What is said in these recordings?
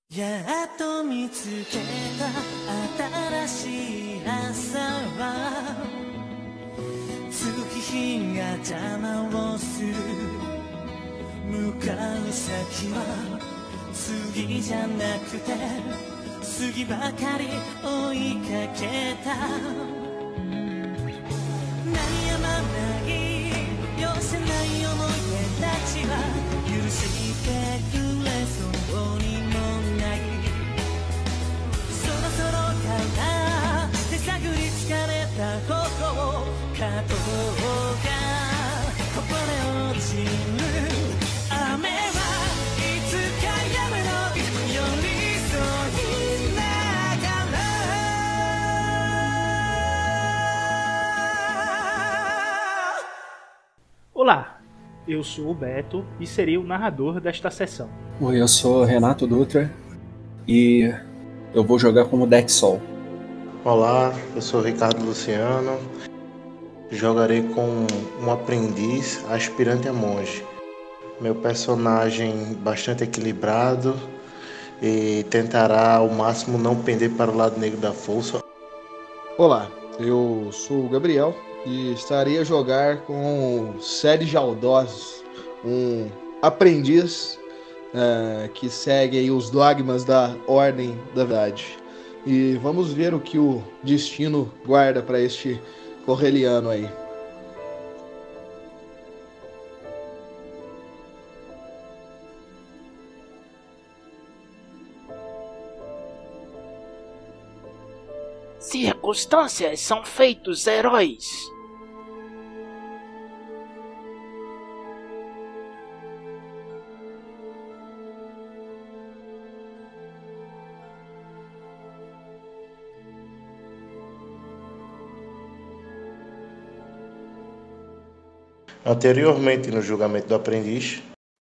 やっと見つけた新しい朝は月日が邪魔をする向かう先は次じゃなくて次ばかり追いかけた鳴りやまない寄せない思い出たちは許してくれそうにもないそろそろかな手探り疲れた頬加藤がこぼれ落ちる雨はいつかやめろ寄り添いながら Olá, eu sou o Beto e serei o narrador desta sessão. Oi, eu sou Renato Dutra e eu vou jogar como Deck Sol. Olá, eu sou Ricardo Luciano. Jogarei com um aprendiz aspirante a monge. Meu personagem bastante equilibrado e tentará ao máximo não pender para o lado negro da força. Olá, eu sou o Gabriel e estarei a jogar com Sérgio Jaldosos, um aprendiz que segue aí os dogmas da Ordem da Verdade. E vamos ver o que o destino guarda para este correliano aí. Circunstâncias são feitos heróis. Anteriormente, no julgamento do aprendiz,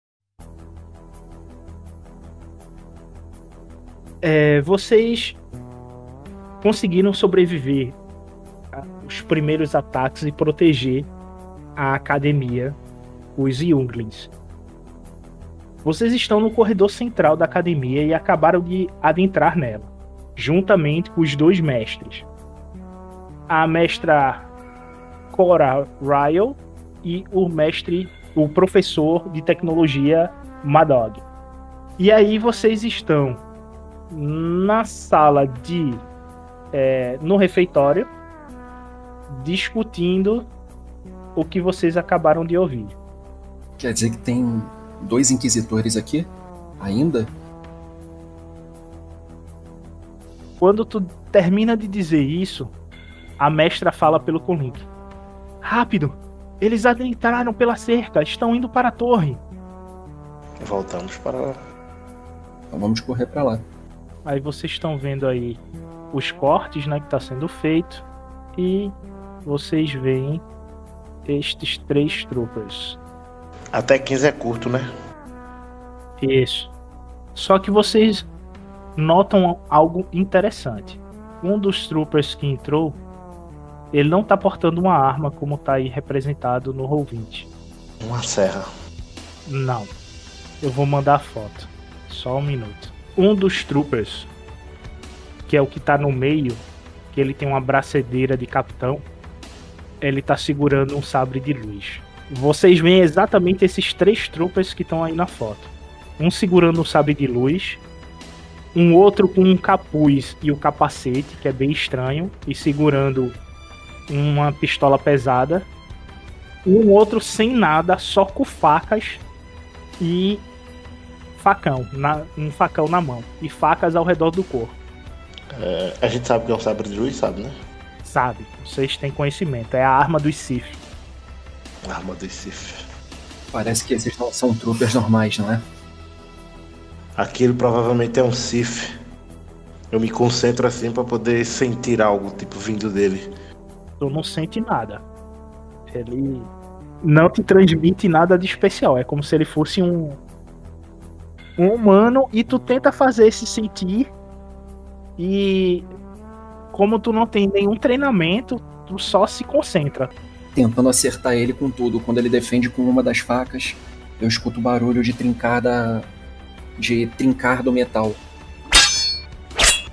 Vocês conseguiram sobreviver aos primeiros ataques e proteger a academia, os Younglings. Vocês estão no corredor central da academia e acabaram de adentrar nela, juntamente com os dois mestres. A mestra Cora Ryle e o professor de tecnologia Madog. E aí vocês estão na sala no refeitório, discutindo o que vocês acabaram de ouvir. Quer dizer que tem 2 inquisitores aqui? Ainda? Quando tu termina de dizer isso, a mestra fala pelo Colink. Rápido! Eles adentraram pela cerca, estão indo para a torre. voltamos para lá. Então vamos correr para lá. Aí vocês estão vendo aí os cortes, né, que está sendo feito. E vocês veem estes 3 troopers. Até 15 é curto, né? Isso. Só que vocês notam algo interessante. Um dos troopers que entrou, ele não tá portando uma arma como tá aí representado no Roll20. Uma serra. Não. Eu vou mandar a foto. Só um minuto. Um dos troopers, que é o que tá no meio, que ele tem uma braçadeira de capitão, ele tá segurando um sabre de luz. Vocês veem exatamente esses 3 troopers que estão aí na foto. Um segurando um sabre de luz, um outro com um capuz e o capacete, que é bem estranho, e segurando uma pistola pesada, um outro sem nada, só com facas e um facão na mão, e facas ao redor do corpo. A gente sabe que é um sabre de luz, sabe, né? Sabe, vocês têm conhecimento, é a arma dos Sith. Arma dos Sith. Parece que esses não são troopers normais, não é? Aquilo provavelmente é um Sith. Eu me concentro assim pra poder sentir algo, tipo, vindo dele. Tu não sente nada. Ele não te transmite nada de especial. É como se ele fosse um humano e tu tenta fazer se sentir. E como tu não tem nenhum treinamento, tu só se concentra. Tentando acertar ele com tudo. Quando ele defende com uma das facas, eu escuto o barulho de trincar do metal.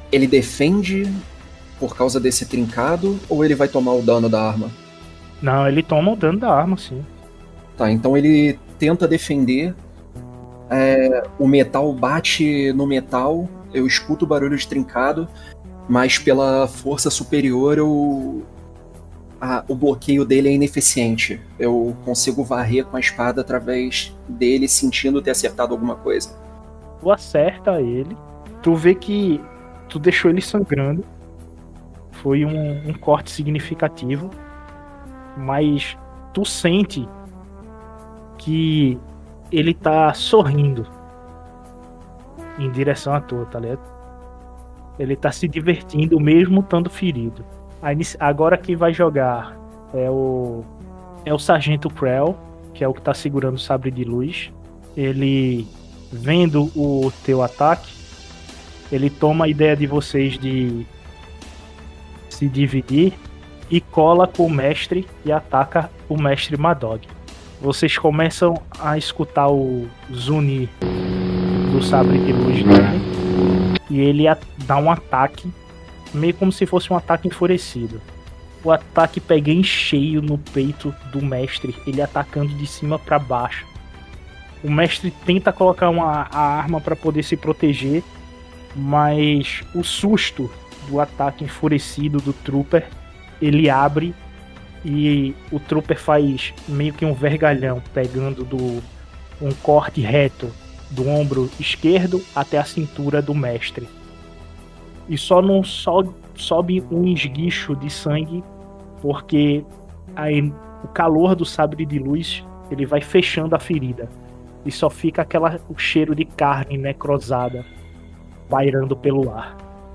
Ele defende por causa desse trincado ou ele vai tomar o dano da arma? Não, ele toma o dano da arma, sim. Tá, então ele tenta defender. O metal bate no metal, eu escuto o barulho de trincado, mas pela força superior o bloqueio dele é ineficiente. Eu consigo varrer com a espada através dele, sentindo ter acertado alguma coisa. Tu acerta ele, tu vê que tu deixou ele sangrando. Foi um corte significativo, mas tu sente que ele tá sorrindo em direção a tu, tá ligado? Ele tá se divertindo mesmo estando ferido. Agora quem vai jogar é o Sargento Krell, que é o que tá segurando o sabre de luz. Ele, vendo o teu ataque, ele toma a ideia de vocês de se dividir e cola com o mestre e ataca o mestre Madog. Vocês começam a escutar o zunir do sabre de luz dele e ele dá um ataque, meio como se fosse um ataque enfurecido. O ataque pega em cheio no peito do mestre, ele atacando de cima para baixo. O mestre tenta colocar a arma para poder se proteger, mas o susto do ataque enfurecido do Trooper, ele abre e o Trooper faz meio que um vergalhão, pegando um corte reto do ombro esquerdo até a cintura do mestre. E só não sobe um esguicho de sangue, porque aí o calor do sabre de luz ele vai fechando a ferida. E só fica o cheiro de carne necrosada pairando pelo ar.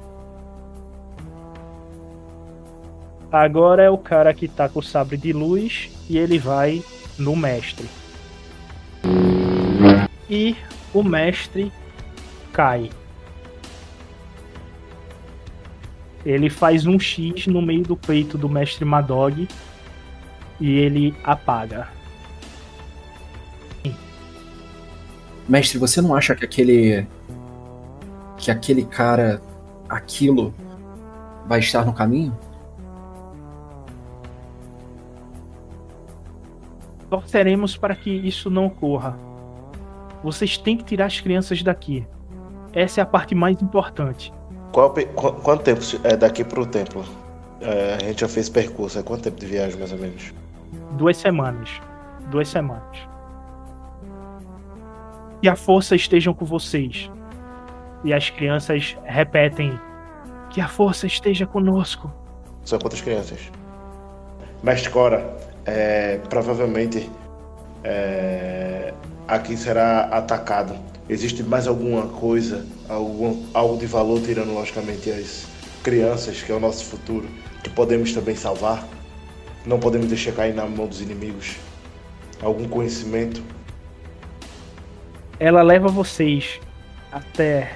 Agora é o cara que tá com o sabre de luz e ele vai no mestre. E o mestre cai. Ele faz um X no meio do peito do mestre Madog e ele apaga. Mestre, você não acha que aquele cara, aquilo, vai estar no caminho? Torceremos para que isso não ocorra. Vocês têm que tirar as crianças daqui. Essa é a parte mais importante. Quanto tempo é daqui pro templo? A gente já fez percurso. É quanto tempo de viagem, mais ou menos? 2 semanas. 2 semanas. Que a força esteja com vocês. E as crianças repetem: que a força esteja conosco. São quantas crianças? Mestre Cora, provavelmente aqui será atacado. Existe mais alguma coisa, algo de valor, tirando logicamente as crianças, que é o nosso futuro, que podemos também salvar? Não podemos deixar cair na mão dos inimigos? Algum conhecimento? Ela leva vocês até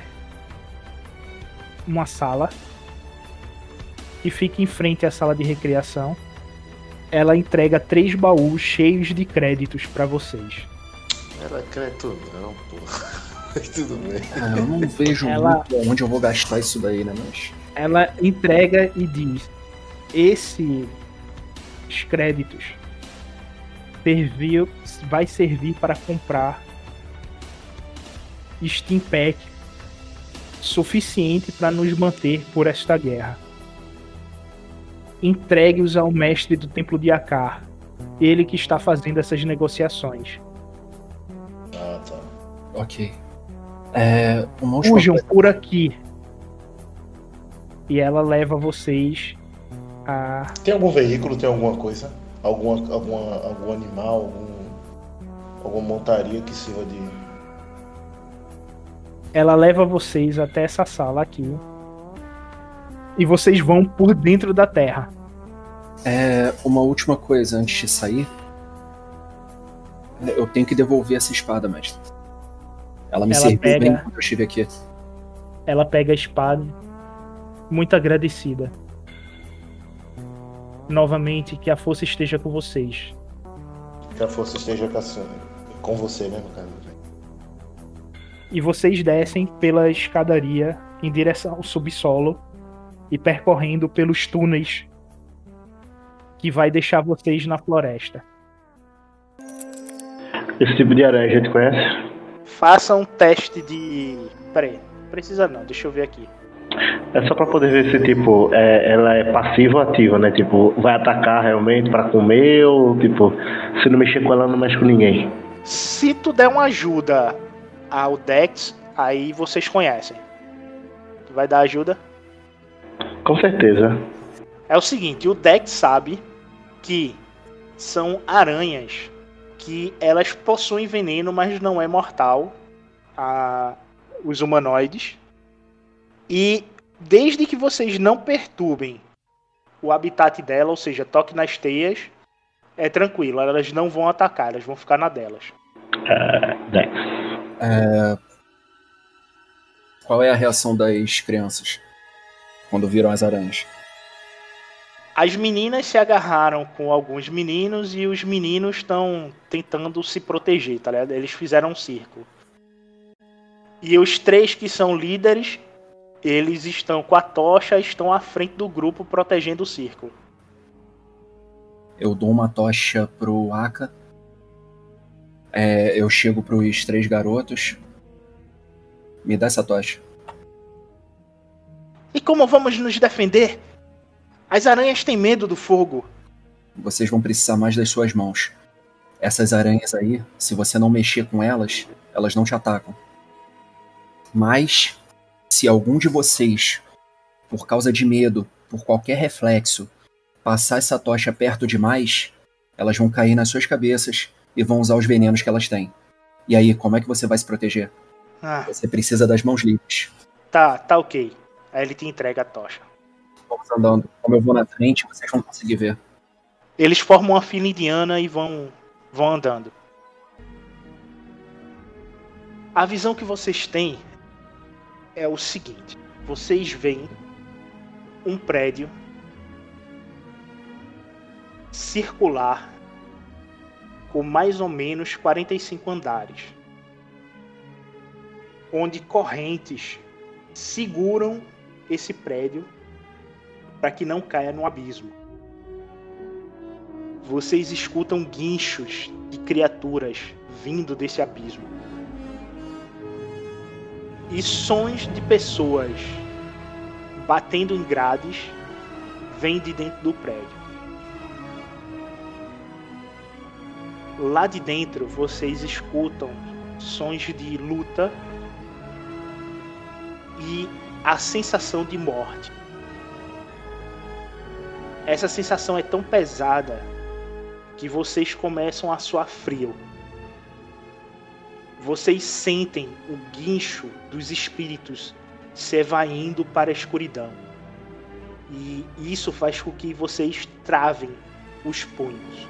uma sala e fica em frente à sala de recreação. Ela entrega 3 baús cheios de créditos pra vocês. Ela é crédito não, pô. Tudo bem. Eu não vejo muito onde eu vou gastar isso daí, né? Mas ela entrega e diz: esses créditos vai servir para comprar Steam Pack suficiente para nos manter por esta guerra. Entregue-os ao mestre do Templo de Akar, ele que está fazendo essas negociações. Ah, tá. Ok. Fujam por aqui. E ela leva vocês a... Tem algum veículo, tem alguma coisa? Algum animal, alguma montaria que sirva de... Ela leva vocês até essa sala aqui. E vocês vão por dentro da terra. Uma última coisa antes de sair. Eu tenho que devolver essa espada, mestre. Ela me serviu bem quando eu estive aqui. Ela pega a espada, muito agradecida. Novamente, que a força esteja com vocês. Que a força esteja com você, né, no caso. E vocês descem pela escadaria em direção ao subsolo e percorrendo pelos túneis que vai deixar vocês na floresta. Esse tipo de aranha a gente conhece? Faça um teste de... Peraí, precisa não, deixa eu ver aqui. É só pra poder ver se, tipo, ela é passiva ou ativa, né? Tipo, vai atacar realmente pra comer ou, tipo, se não mexer com ela, não mexe com ninguém. Se tu der uma ajuda ao Dex, aí vocês conhecem. Tu vai dar ajuda? Com certeza. É o seguinte, o Dex sabe que são aranhas que elas possuem veneno, mas não é mortal a os humanoides. E desde que vocês não perturbem o habitat dela, ou seja, toque nas teias, é tranquilo, elas não vão atacar, elas vão ficar na delas. Dex. Qual é a reação das crianças quando viram as aranhas? As meninas se agarraram com alguns meninos e os meninos estão tentando se proteger, tá ligado? Eles fizeram um círculo. E os 3 que são líderes, eles estão com a tocha e estão à frente do grupo protegendo o círculo. Eu dou uma tocha pro Aka. Eu chego pros 3 garotos. Me dá essa tocha. E como vamos nos defender? As aranhas têm medo do fogo. Vocês vão precisar mais das suas mãos. Essas aranhas aí, se você não mexer com elas, elas não te atacam. Mas, se algum de vocês, por causa de medo, por qualquer reflexo, passar essa tocha perto demais, elas vão cair nas suas cabeças e vão usar os venenos que elas têm. E aí, como é que você vai se proteger? Você precisa das mãos livres. Tá ok. Aí ele te entrega a tocha. Vamos andando. Como eu vou na frente, vocês vão conseguir ver. Eles formam uma fila indiana e vão andando. A visão que vocês têm é o seguinte. Vocês veem um prédio circular com mais ou menos 45 andares, onde correntes seguram esse prédio para que não caia no abismo. Vocês escutam guinchos de criaturas vindo desse abismo. E sons de pessoas batendo em grades vêm de dentro do prédio. Lá de dentro vocês escutam sons de luta e a sensação de morte. Essa sensação é tão pesada que vocês começam a suar frio. Vocês sentem o guincho dos espíritos se evaindo para a escuridão. E isso faz com que vocês travem os punhos.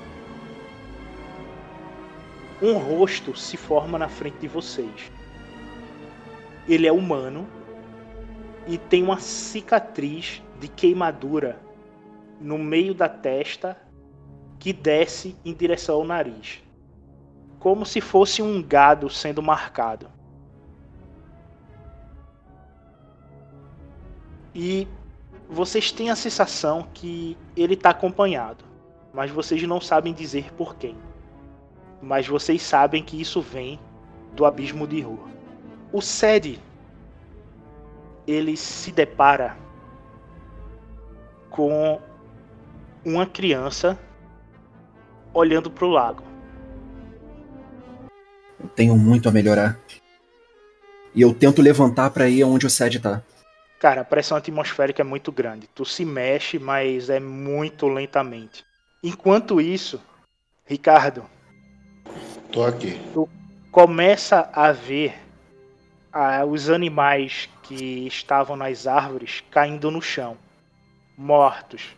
Um rosto se forma na frente de vocês. Ele é humano e tem uma cicatriz de queimadura no meio da testa que desce em direção ao nariz, como se fosse um gado sendo marcado. E vocês têm a sensação que ele está acompanhado, mas vocês não sabem dizer por quem. Mas vocês sabem que isso vem do abismo de Ur. O Sed, ele se depara com uma criança olhando para o lago. Eu tenho muito a melhorar. E eu tento levantar para ir onde o Sed tá. Cara, a pressão atmosférica é muito grande. Tu se mexe, mas é muito lentamente. Enquanto isso, Ricardo, Tô aqui. tu começa a ver os animais que estavam nas árvores caindo no chão, mortos.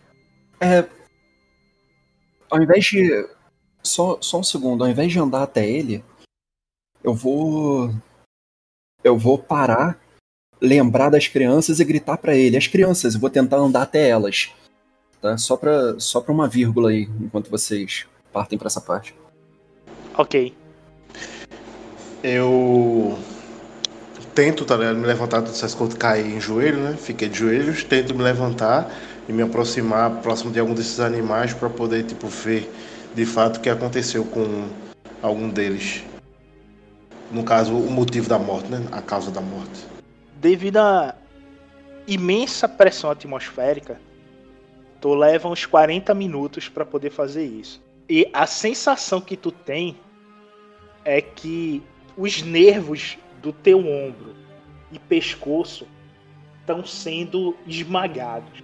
Ao invés de... Só um segundo. Ao invés de andar até ele, eu vou parar, lembrar das crianças e gritar pra ele. As crianças, eu vou tentar andar até elas. Tá? Só pra uma vírgula aí, enquanto vocês partem pra essa parte. Ok. Eu tento, tá ligado, me levantar, tu disseste que eu caí em joelho, né? Fiquei de joelhos, tento me levantar e me aproximar próximo de algum desses animais para poder, tipo, ver de fato o que aconteceu com algum deles. No caso, o motivo da morte, né? A causa da morte. Devido à imensa pressão atmosférica, tu leva uns 40 minutos para poder fazer isso. E a sensação que tu tem é que os nervos do teu ombro e pescoço estão sendo esmagados.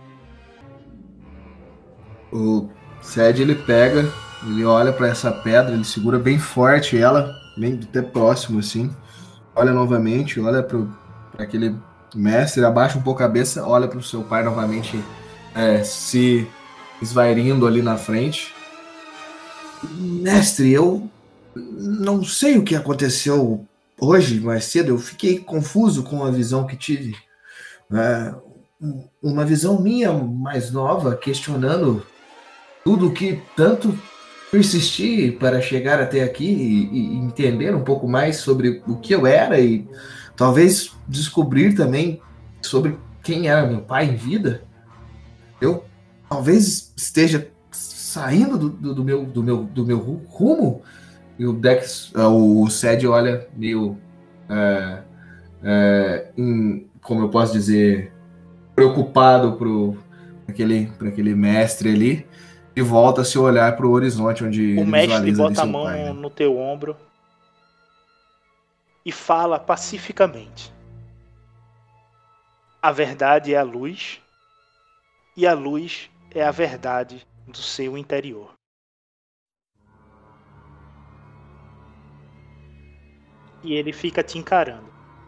O Ced, ele pega, ele olha para essa pedra, ele segura bem forte ela, bem até próximo assim. Olha novamente, olha para aquele mestre, abaixa um pouco a cabeça, olha para o seu pai novamente, se esvairindo ali na frente. Mestre, eu não sei o que aconteceu hoje, mais cedo. Eu fiquei confuso com a visão que tive. Uma visão minha mais nova, questionando tudo que tanto persisti para chegar até aqui e entender um pouco mais sobre o que eu era e talvez descobrir também sobre quem era meu pai em vida. Eu talvez esteja saindo do meu rumo. E o Dex, o Ced olha meio, como eu posso dizer, preocupado para aquele mestre ali, e volta a se olhar para o horizonte onde o ele mestre visualiza bota a seu mão pai, né? no teu ombro e fala pacificamente: a verdade é a luz, e a luz é a verdade do seu interior. E ele fica te encarando.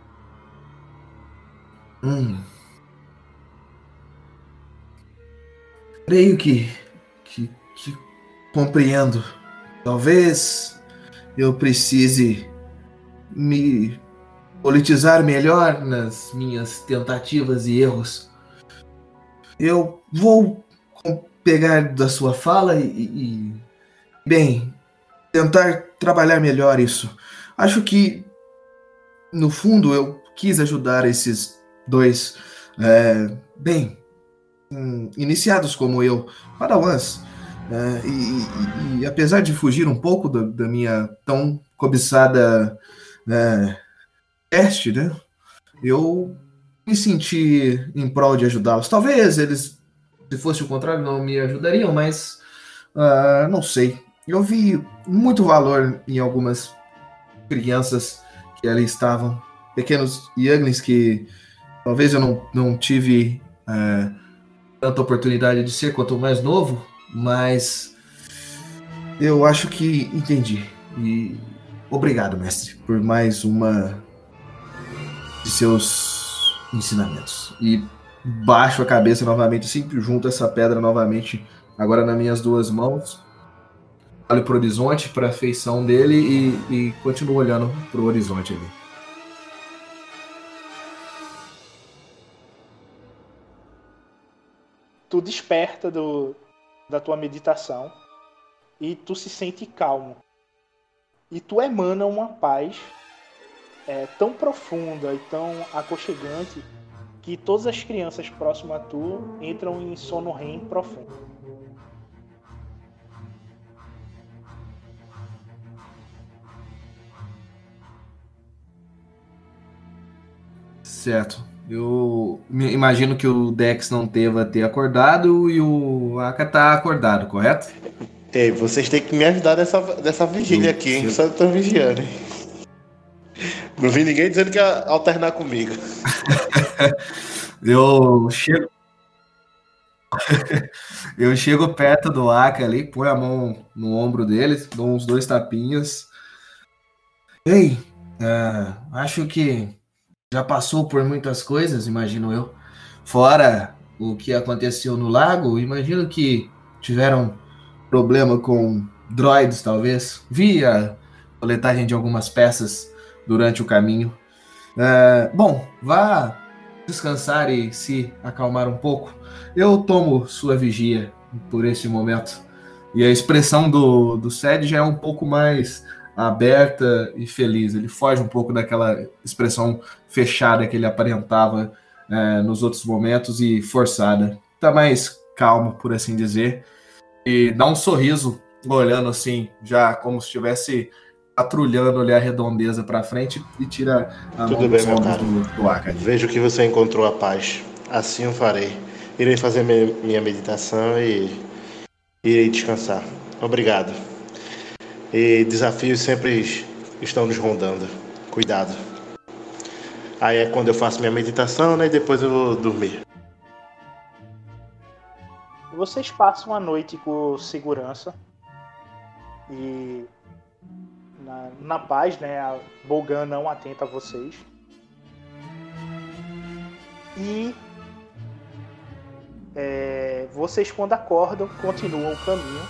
Creio que compreendo. Talvez eu precise me politizar melhor nas minhas tentativas e erros. Eu vou pegar da sua fala e bem, tentar trabalhar melhor isso. Acho que, no fundo, eu quis ajudar esses dois, iniciados como eu, padawans. E apesar de fugir um pouco da minha tão cobiçada teste, né? Eu me senti em prol de ajudá-los. Talvez eles, se fosse o contrário, não me ajudariam, mas não sei. Eu vi muito valor em algumas crianças que ali estavam, pequenos younglings que talvez eu não tive tanta oportunidade de ser quanto mais novo, mas eu acho que entendi. E obrigado, mestre, por mais uma de seus ensinamentos. E baixo a cabeça novamente, sempre junto essa pedra novamente, agora nas minhas duas mãos. Olho para o horizonte, para a feição dele e continuo olhando para o horizonte ali. Tu desperta da tua meditação e tu se sente calmo. E tu emana uma paz tão profunda e tão aconchegante que todas as crianças próximas a tu entram em sono REM profundo. Certo. Eu imagino que o Dex não deva ter acordado e o Aka tá acordado, correto? Ei, vocês têm que me ajudar dessa vigília aqui, hein? Só tô vigiando, hein? Não vi ninguém dizendo que ia alternar comigo. Eu chego perto do Aka ali, põe a mão no ombro dele, dou uns 2 tapinhas. Ei, acho que já passou por muitas coisas, imagino eu. Fora o que aconteceu no lago, imagino que tiveram problema com droids, talvez. Vi a coletagem de algumas peças durante o caminho. Bom, vá descansar e se acalmar um pouco. Eu tomo sua vigia por esse momento. E a expressão do Ced já é um pouco mais aberta e feliz. Ele foge um pouco daquela expressão fechada que ele aparentava nos outros momentos e forçada. Tá mais calmo, por assim dizer, e dá um sorriso olhando assim, já como se estivesse patrulhando ali a redondeza para frente e tira a Tudo mão bem, dos meu ombros caro. do Aka. Vejo que você encontrou a paz. Assim eu farei. Irei fazer minha meditação e irei descansar. Obrigado. E desafios sempre estão nos rondando. Cuidado. Aí é quando eu faço minha meditação, né? E depois eu vou dormir. Vocês passam a noite com segurança e na paz, né? A Bogan não atenta a vocês. E vocês, quando acordam, continuam o caminho,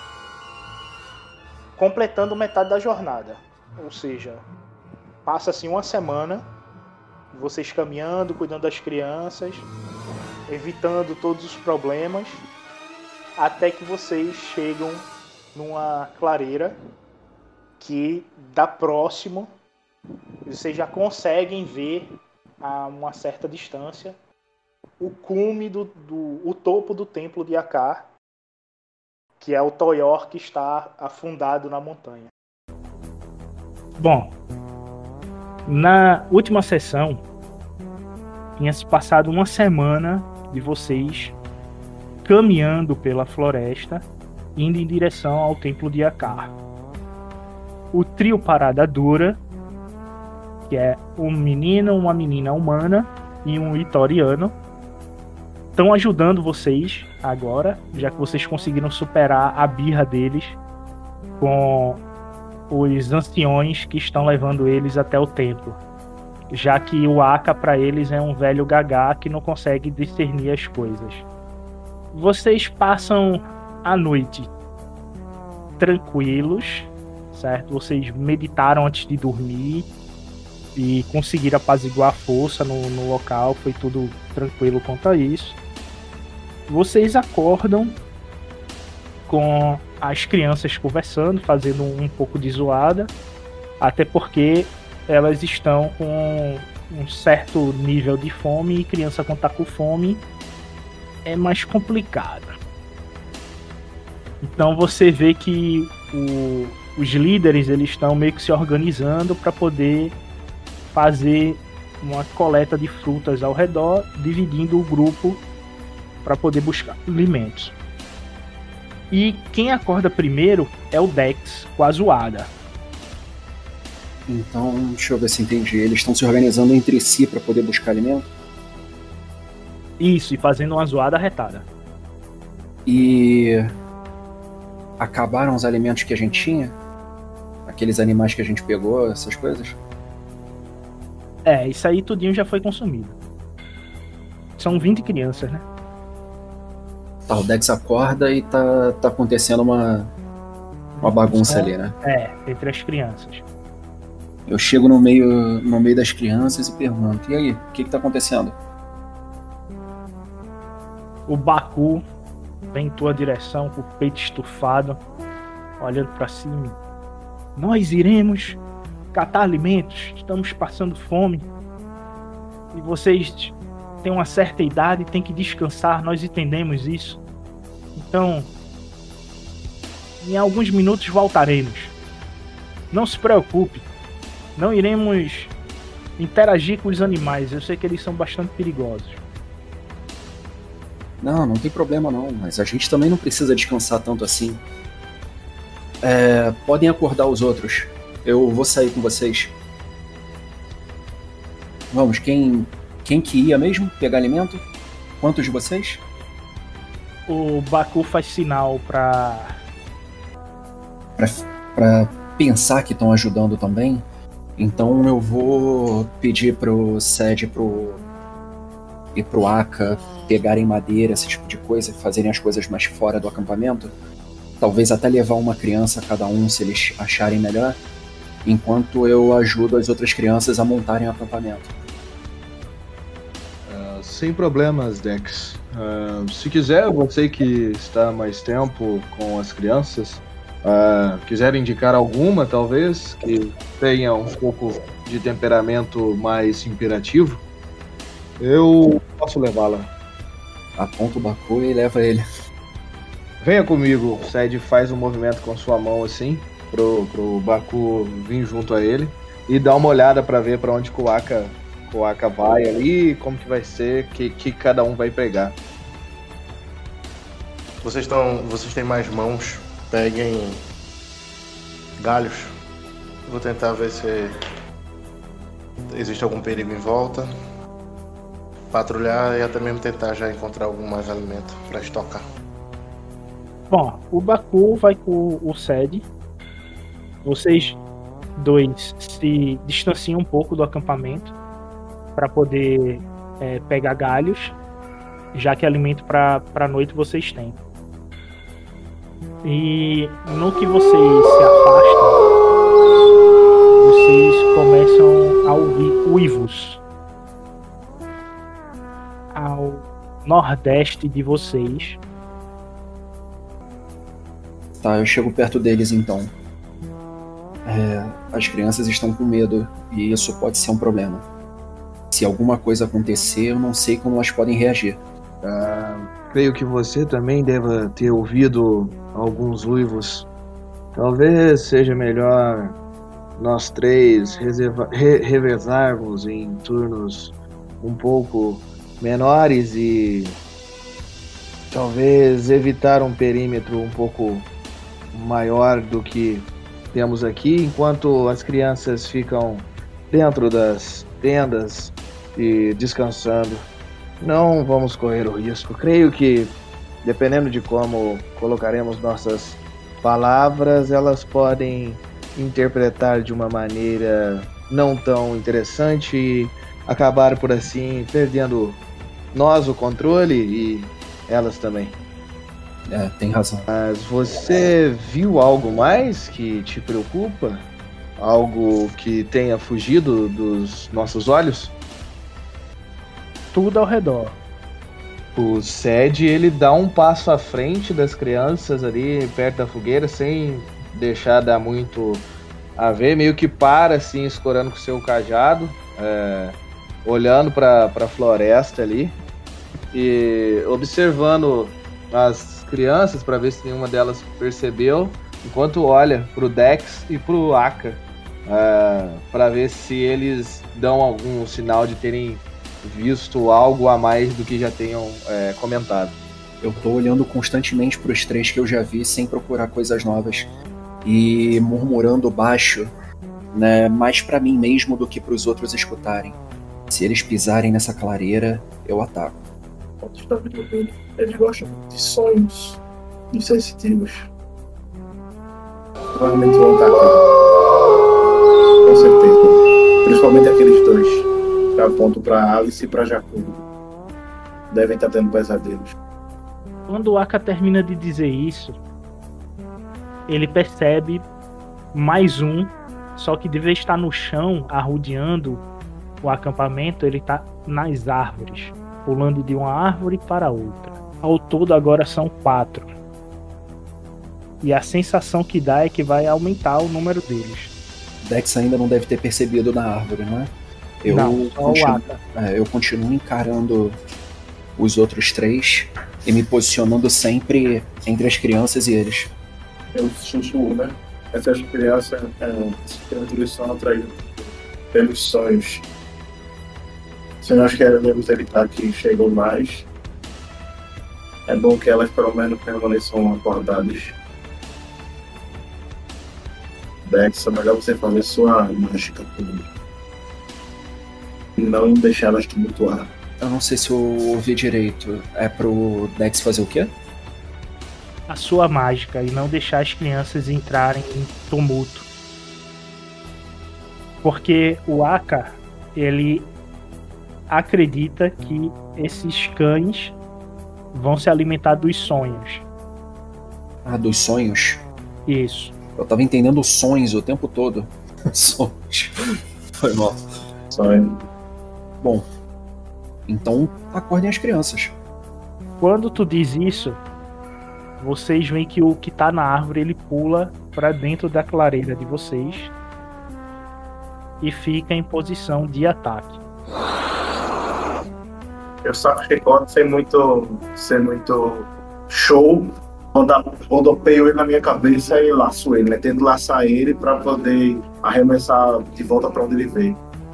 completando metade da jornada. Ou seja, passa-se uma semana, vocês caminhando, cuidando das crianças, evitando todos os problemas, até que vocês chegam numa clareira que dá próximo, vocês já conseguem ver a uma certa distância o cume o topo do templo de Akar, que é o Toyor que está afundado na montanha. Bom, na última sessão tinha se passado uma semana de vocês caminhando pela floresta, indo em direção ao templo de Akar. O trio Parada Dura, que é um menino, uma menina humana e um Itoriano, estão ajudando vocês agora, já que vocês conseguiram superar a birra deles com os anciões que estão levando eles até o templo, já que o Aka para eles é um velho gagá que não consegue discernir as coisas. Vocês passam a noite tranquilos, certo? Vocês meditaram antes de dormir e conseguiram apaziguar a força no local, foi tudo tranquilo quanto a isso. Vocês acordam com as crianças conversando, fazendo um pouco de zoada, até porque elas estão com um certo nível de fome e criança quando tá com fome é mais complicado. Então você vê que os líderes eles estão meio que se organizando para poder fazer uma coleta de frutas ao redor, dividindo o grupo para poder buscar alimentos. E quem acorda primeiro é o Dex com a zoada. Então, deixa eu ver se entendi. Eles estão se organizando entre si para poder buscar alimento? Isso, e fazendo uma zoada retada. E acabaram os alimentos que a gente tinha? Aqueles animais que a gente pegou, essas coisas? Isso aí tudinho já foi consumido. São 20 crianças, né? Tá, o Dex acorda e tá acontecendo uma bagunça ali, né? Entre as crianças. Eu chego no meio das crianças e pergunto, e aí, o que tá acontecendo? O Baku vem em tua direção com o peito estufado, olhando para cima. Nós iremos catar alimentos, estamos passando fome. E vocês têm uma certa idade e têm que descansar, nós entendemos isso. Então, em alguns minutos voltaremos. Não se preocupe, não iremos interagir com os animais, eu sei que eles são bastante perigosos. Não tem problema não, mas a gente também não precisa descansar tanto assim. Podem acordar os outros, eu vou sair com vocês. Vamos, quem que ia mesmo pegar alimento? Quantos de vocês? O Baku faz sinal pra pensar que estão ajudando também. Então eu vou pedir pro Sed e pro Aka pegarem madeira, esse tipo de coisa, fazerem as coisas mais fora do acampamento. Talvez até levar uma criança cada um, se eles acharem melhor, enquanto eu ajudo as outras crianças a montarem o acampamento. Sem problemas, Dex. Se quiser, você que está mais tempo com as crianças, Quiser indicar alguma, talvez, que tenha um pouco de temperamento mais imperativo, eu posso levá-la. Aponta o Baku e leva ele. Venha comigo. O Ced faz um movimento com sua mão assim, pro Baku vir junto a ele e dar uma olhada para ver para onde que o Aka vai ali, como que vai ser, que cada um vai pegar. Vocês têm mais mãos, peguem galhos. Vou tentar ver se existe algum perigo em volta. Patrulhar e até mesmo tentar já encontrar algum mais alimento para estocar. Bom, o Baku vai com o Ced. Vocês dois se distanciam um pouco do acampamento para poder pegar galhos, já que alimento para a noite vocês têm. E no que vocês se afastam, vocês começam a ouvir uivos ao nordeste de vocês. Tá, eu chego perto deles então. As crianças estão com medo e isso pode ser um problema. Se alguma coisa acontecer, eu não sei como elas podem reagir. Creio que você também deva ter ouvido alguns uivos. Talvez seja melhor nós três revezarmos em turnos um pouco menores e talvez evitar um perímetro um pouco maior do que temos aqui, enquanto as crianças ficam dentro das tendas e descansando. Não vamos correr o risco. Creio que, dependendo de como colocaremos nossas palavras, elas podem interpretar de uma maneira não tão interessante e acabar por assim perdendo nós o controle e elas também. Tem razão. Mas você viu algo mais que te preocupa? Algo que tenha fugido dos nossos olhos? Tudo ao redor. O Ced, ele dá um passo à frente das crianças ali perto da fogueira, sem deixar dar muito a ver, meio que para assim, escorando com o seu cajado, olhando para a floresta ali e observando as crianças para ver se nenhuma delas percebeu, enquanto olha pro Dex e pro Aka para ver se eles dão algum sinal de terem visto algo a mais do que já tenham comentado. Eu tô olhando constantemente pros três que eu já vi sem procurar coisas novas e murmurando baixo, né, mais pra mim mesmo do que pros outros escutarem. Se eles pisarem nessa clareira, eu ataco. Eles gostam de sonhos insensitivos. Provavelmente vão atacar. Com certeza. Principalmente aqueles dois que apontam pra Alice e pra Jacob. Devem estar tendo pesadelos. Quando o Aka termina de dizer isso, ele percebe mais um, só que de vez de estar no chão, arrodeando o acampamento, ele está nas árvores, pulando de uma árvore para outra. Ao todo agora são 4. E a sensação que dá é que vai aumentar o número deles. Dex ainda não deve ter percebido na árvore, não é? Eu continuo encarando os outros 3 e me posicionando sempre entre as crianças e eles. Eu sussurro, né? Essas crianças são atraídas pelos sonhos. Se nós queremos evitar que cheguem mais, é bom que elas pelo menos permaneçam acordadas. Dex, é melhor você fazer sua mágica e não deixar elas tumultuar. Eu não sei se eu ouvi direito. É pro Dex fazer o quê? A sua mágica e não deixar as crianças entrarem em tumulto. Porque o Aka, ele acredita que esses cães vão se alimentar dos sonhos. Ah, dos sonhos? Isso. Eu tava entendendo sonhos o tempo todo. Sonhos. Foi mal. Sonho. Bom, então acordem as crianças. Quando tu diz isso, vocês veem que o que tá na árvore, ele pula pra dentro da clareira de vocês e fica em posição de ataque. Eu saco o chicote sem muito show. Rodopeio ele na minha cabeça e laço ele, né? Tento laçar ele pra poder arremessar de volta pra onde ele veio.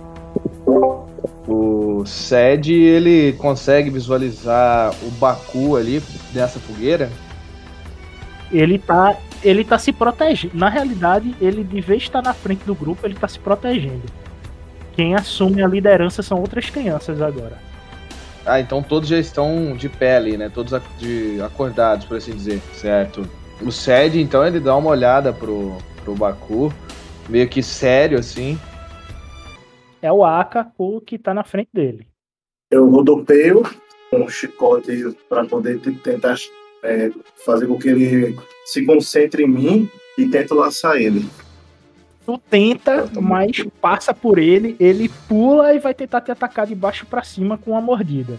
O Sed, ele consegue visualizar o Baku ali nessa fogueira? Ele tá se protegendo. Na realidade, ele de vez estar na frente do grupo, ele tá se protegendo. Quem assume a liderança são outras crianças agora. Ah, então todos já estão de pé ali, né? Todos acordados, por assim dizer, certo? O Sed, então, ele dá uma olhada pro Baku, meio que sério, assim. É o Aka o que tá na frente dele. Eu rodopeio com o chicote pra poder tentar fazer com que ele se concentre em mim e tento laçar ele. Tu tenta, mas passa por ele, ele pula e vai tentar te atacar de baixo pra cima com uma mordida.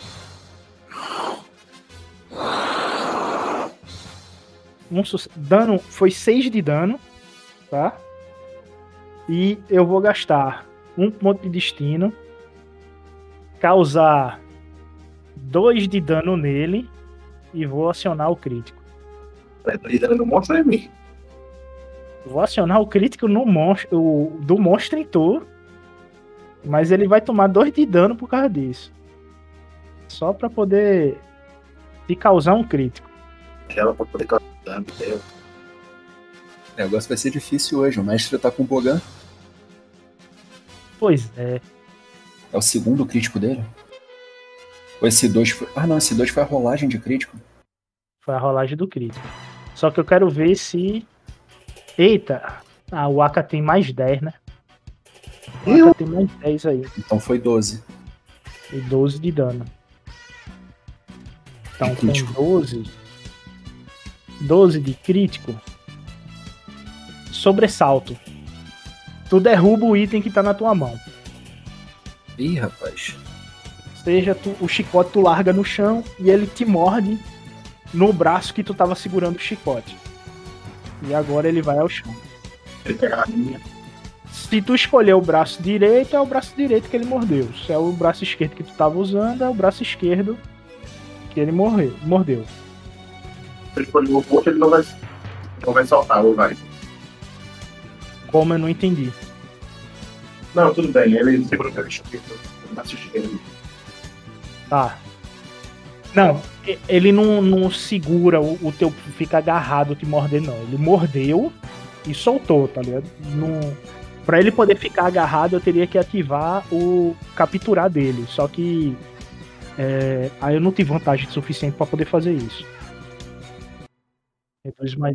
Dano foi 6 de dano, tá? E eu vou gastar 1 ponto de destino, causar 2 de dano nele e vou acionar o crítico. Não mostra em mim. Vou acionar o crítico no monstro, do monstro em tu, mas ele vai tomar 2 de dano por causa disso. Só pra poder te causar um crítico. Ela pra poder causar dano. O negócio vai ser difícil hoje. O mestre tá com o Bogan. Pois é. É o segundo crítico dele? Ou esse 2 foi... Ah, não, esse 2 foi a rolagem de crítico. Foi a rolagem do crítico. Só que eu quero ver se... Eita! Ah, o Aka tem mais 10, né? O Aka tem mais 10 aí. Então foi 12. E 12 de dano. Então com 12 de crítico. Sobressalto. Tu derruba o item que tá na tua mão. Ih, rapaz. Seja o chicote tu larga no chão e ele te morde no braço que tu tava segurando o chicote. E agora ele vai ao chão. Se tu escolher o braço direito, é o braço direito que ele mordeu. Se é o braço esquerdo que tu tava usando, é o braço esquerdo que ele mordeu. Se ele escolher o oposto, ele não vai soltar, ou vai? Como eu não entendi. Não, tudo bem. Ele segura o braço esquerdo. Tá. Não, ele não segura o teu, fica agarrado te morder, não. Ele mordeu e soltou, tá ligado? Pra ele poder ficar agarrado, eu teria que ativar o capturar dele. Só que aí eu não tive vantagem suficiente pra poder fazer isso. Então, mais...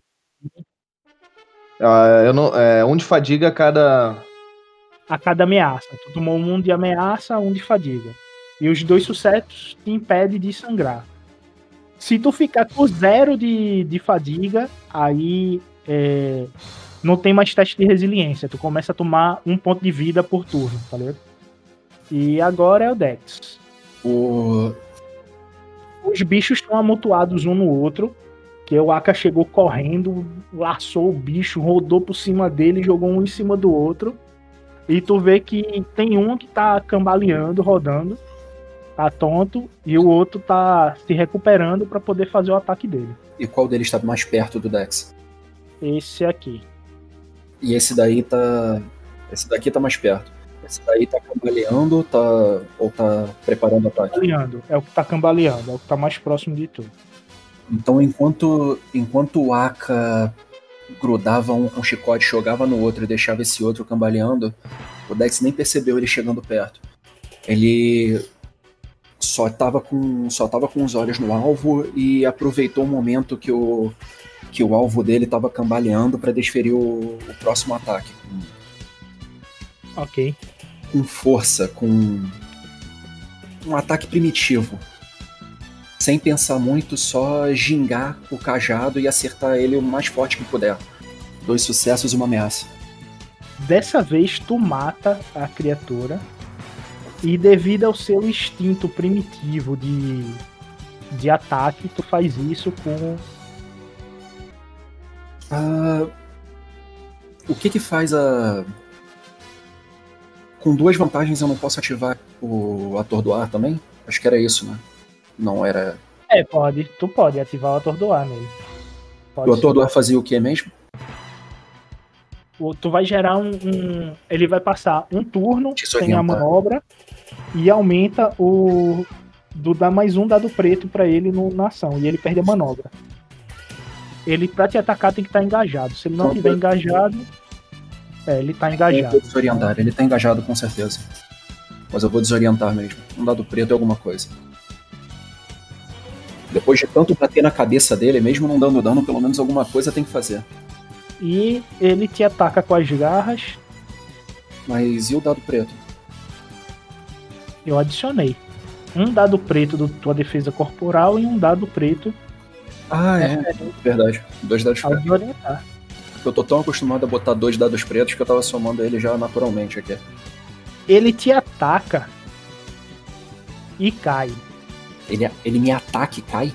um de fadiga a cada ameaça. Tu tomou 1 de ameaça, 1 de fadiga. E os 2 sucessos te impedem de sangrar. Se tu ficar com 0 de fadiga, aí não tem mais teste de resiliência. Tu começa a tomar 1 ponto de vida por turno, tá ligado? E agora é o Dex. Os bichos estão amontoados um no outro. Que o Aka chegou correndo, laçou o bicho, rodou por cima dele, jogou um em cima do outro. E tu vê que tem um que tá cambaleando, rodando. Tá tonto, e o outro tá se recuperando pra poder fazer o ataque dele. E qual deles tá mais perto do Dex? Esse aqui. E esse daqui tá mais perto. Esse daí tá cambaleando ou tá preparando o ataque? Cambaleando. É o que tá cambaleando, é o que tá mais próximo de tu. Então enquanto o Aka grudava um com o chicote, jogava no outro e deixava esse outro cambaleando, o Dex nem percebeu ele chegando perto. Ele só tava com os olhos no alvo e aproveitou o momento que o alvo dele tava cambaleando para desferir o próximo ataque. Ok. Com força, com um ataque primitivo. Sem pensar muito, só gingar o cajado e acertar ele o mais forte que puder. 2 sucessos e uma ameaça. Dessa vez tu mata a criatura. E devido ao seu instinto primitivo de ataque, tu faz isso com O que faz a... Com 2 vantagens eu não posso ativar o atordoar também? Acho que era isso, né? Não era... Pode. Tu pode ativar o atordoar nele. O atordoar fazia o que mesmo? Tu vai gerar ele vai passar um turno sem a Desorientar. manobra e aumenta o... Dá mais um dado preto pra ele na ação. E ele perde a manobra. Ele, pra te atacar, tem que estar engajado. Se ele não estiver engajado... ele tá Eu engajado. vou desorientar. Ele tá engajado com certeza. Mas eu vou desorientar mesmo. Um dado preto é alguma coisa. Depois de tanto bater na cabeça dele, mesmo não dando dano, pelo menos alguma coisa tem que fazer. E ele te ataca com as garras. Mas e o dado preto? Eu adicionei. Um dado preto da tua defesa corporal e um dado preto Verdade. 2 dados ao pretos. de orientar. Eu tô tão acostumado a botar 2 dados pretos que eu tava somando ele já naturalmente aqui. Ele te ataca e cai. Ele me ataca e cai?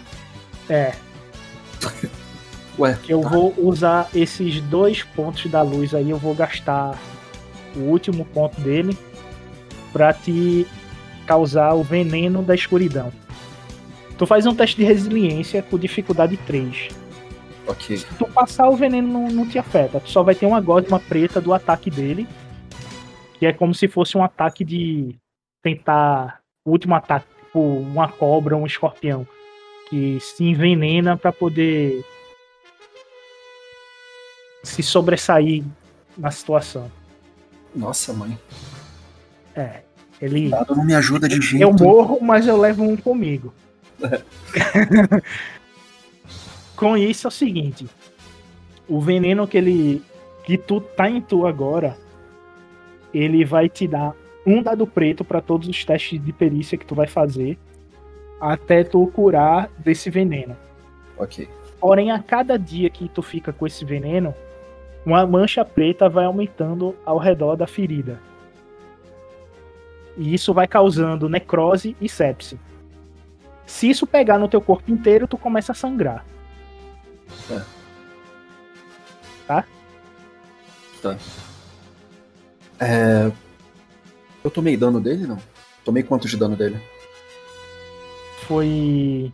Ué, Eu vou usar esses 2 pontos da luz aí, eu vou gastar o último ponto dele pra te causar o veneno da escuridão. Tu faz um teste de resiliência com dificuldade 3. ok. Se tu passar, o veneno não te afeta. Tu só vai ter uma gosma preta do ataque dele, que é como se fosse um ataque de tentar... O último ataque, tipo uma cobra, um escorpião, que se envenena pra poder se sobressair na situação. Nossa, mãe. Ele... O dado não me ajuda de jeito. Eu morro, mas eu levo um comigo. Com isso é o seguinte: o veneno que tu tá em tu agora, ele vai te dar um dado preto para todos os testes de perícia que tu vai fazer até tu curar desse veneno. Ok. Porém, a cada dia que tu fica com esse veneno, uma mancha preta vai aumentando ao redor da ferida. E isso vai causando necrose e sepse. Se isso pegar no teu corpo inteiro, tu começa a sangrar. Tá? Eu tomei dano dele, não? Tomei quanto de dano dele? Foi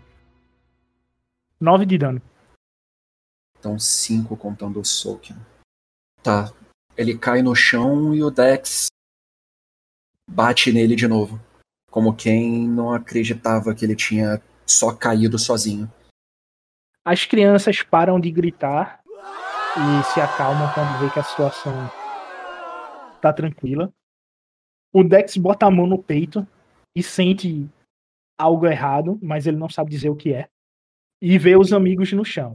9 de dano. Então 5 contando o soak. Tá. Ele cai no chão e o Dex bate nele de novo. Como quem não acreditava que ele tinha só caído sozinho. As crianças param de gritar e se acalmam quando vê que a situação tá tranquila. O Dex bota a mão no peito e sente algo errado, mas ele não sabe dizer o que é. E vê os amigos no chão.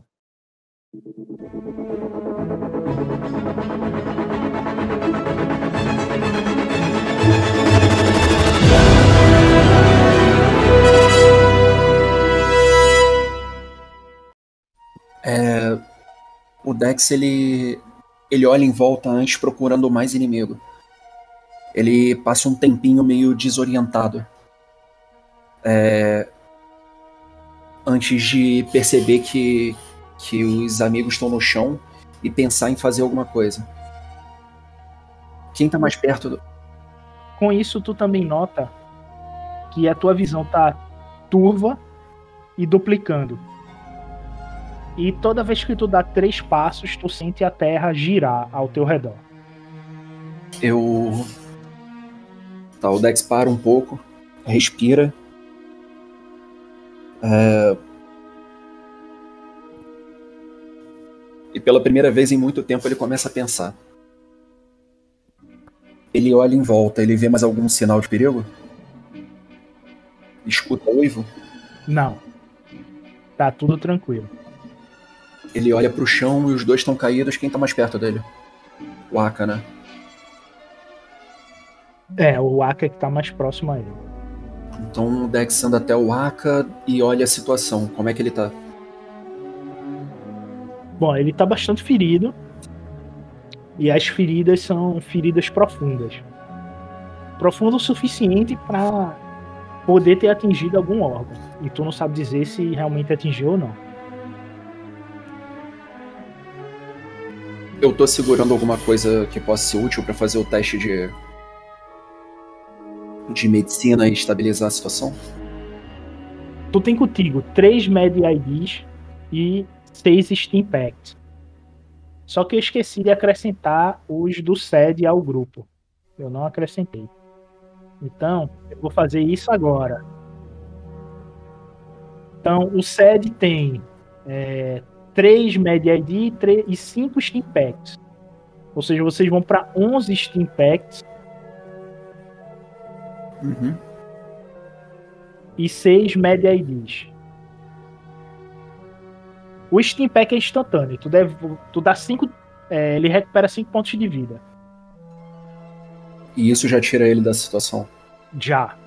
O Dex, ele olha em volta antes procurando mais inimigo. Ele passa um tempinho meio desorientado. Antes de perceber que os amigos estão no chão e pensar em fazer alguma coisa. Quem tá mais perto do... Com isso, tu também nota que a tua visão tá turva e duplicando. E toda vez que tu dá 3 passos, tu sente a terra girar ao teu redor. Tá, o Dex para um pouco, respira. E pela primeira vez em muito tempo ele começa a pensar. Ele olha em volta, ele vê mais algum sinal de perigo? Escuta uivo? Não. Tá tudo tranquilo. Ele olha pro chão e os 2 estão caídos. Quem tá mais perto dele? O Aka, né? O Aka que tá mais próximo a ele. Então o Dex anda até o Aka e olha a situação. Como é que ele tá? Bom, ele tá bastante ferido. E as feridas são feridas profundas. Profundo o suficiente pra poder ter atingido algum órgão. E tu não sabe dizer se realmente atingiu ou não. Eu tô segurando alguma coisa que possa ser útil pra fazer o teste de medicina e estabilizar a situação? Tu tem contigo 3 Med IDs e 6 Steam Packs. Só que eu esqueci de acrescentar os do SED ao grupo. Eu não acrescentei. Então, eu vou fazer isso agora. Então, o SED tem 3 Med ID e 5 Steam Packs. Ou seja, vocês vão para 11 Steam Packs Uhum. e 6 Med IDs. O Steam Pack é instantâneo. Tu dá 5. Ele recupera 5 pontos de vida. E isso já tira ele da situação. Já.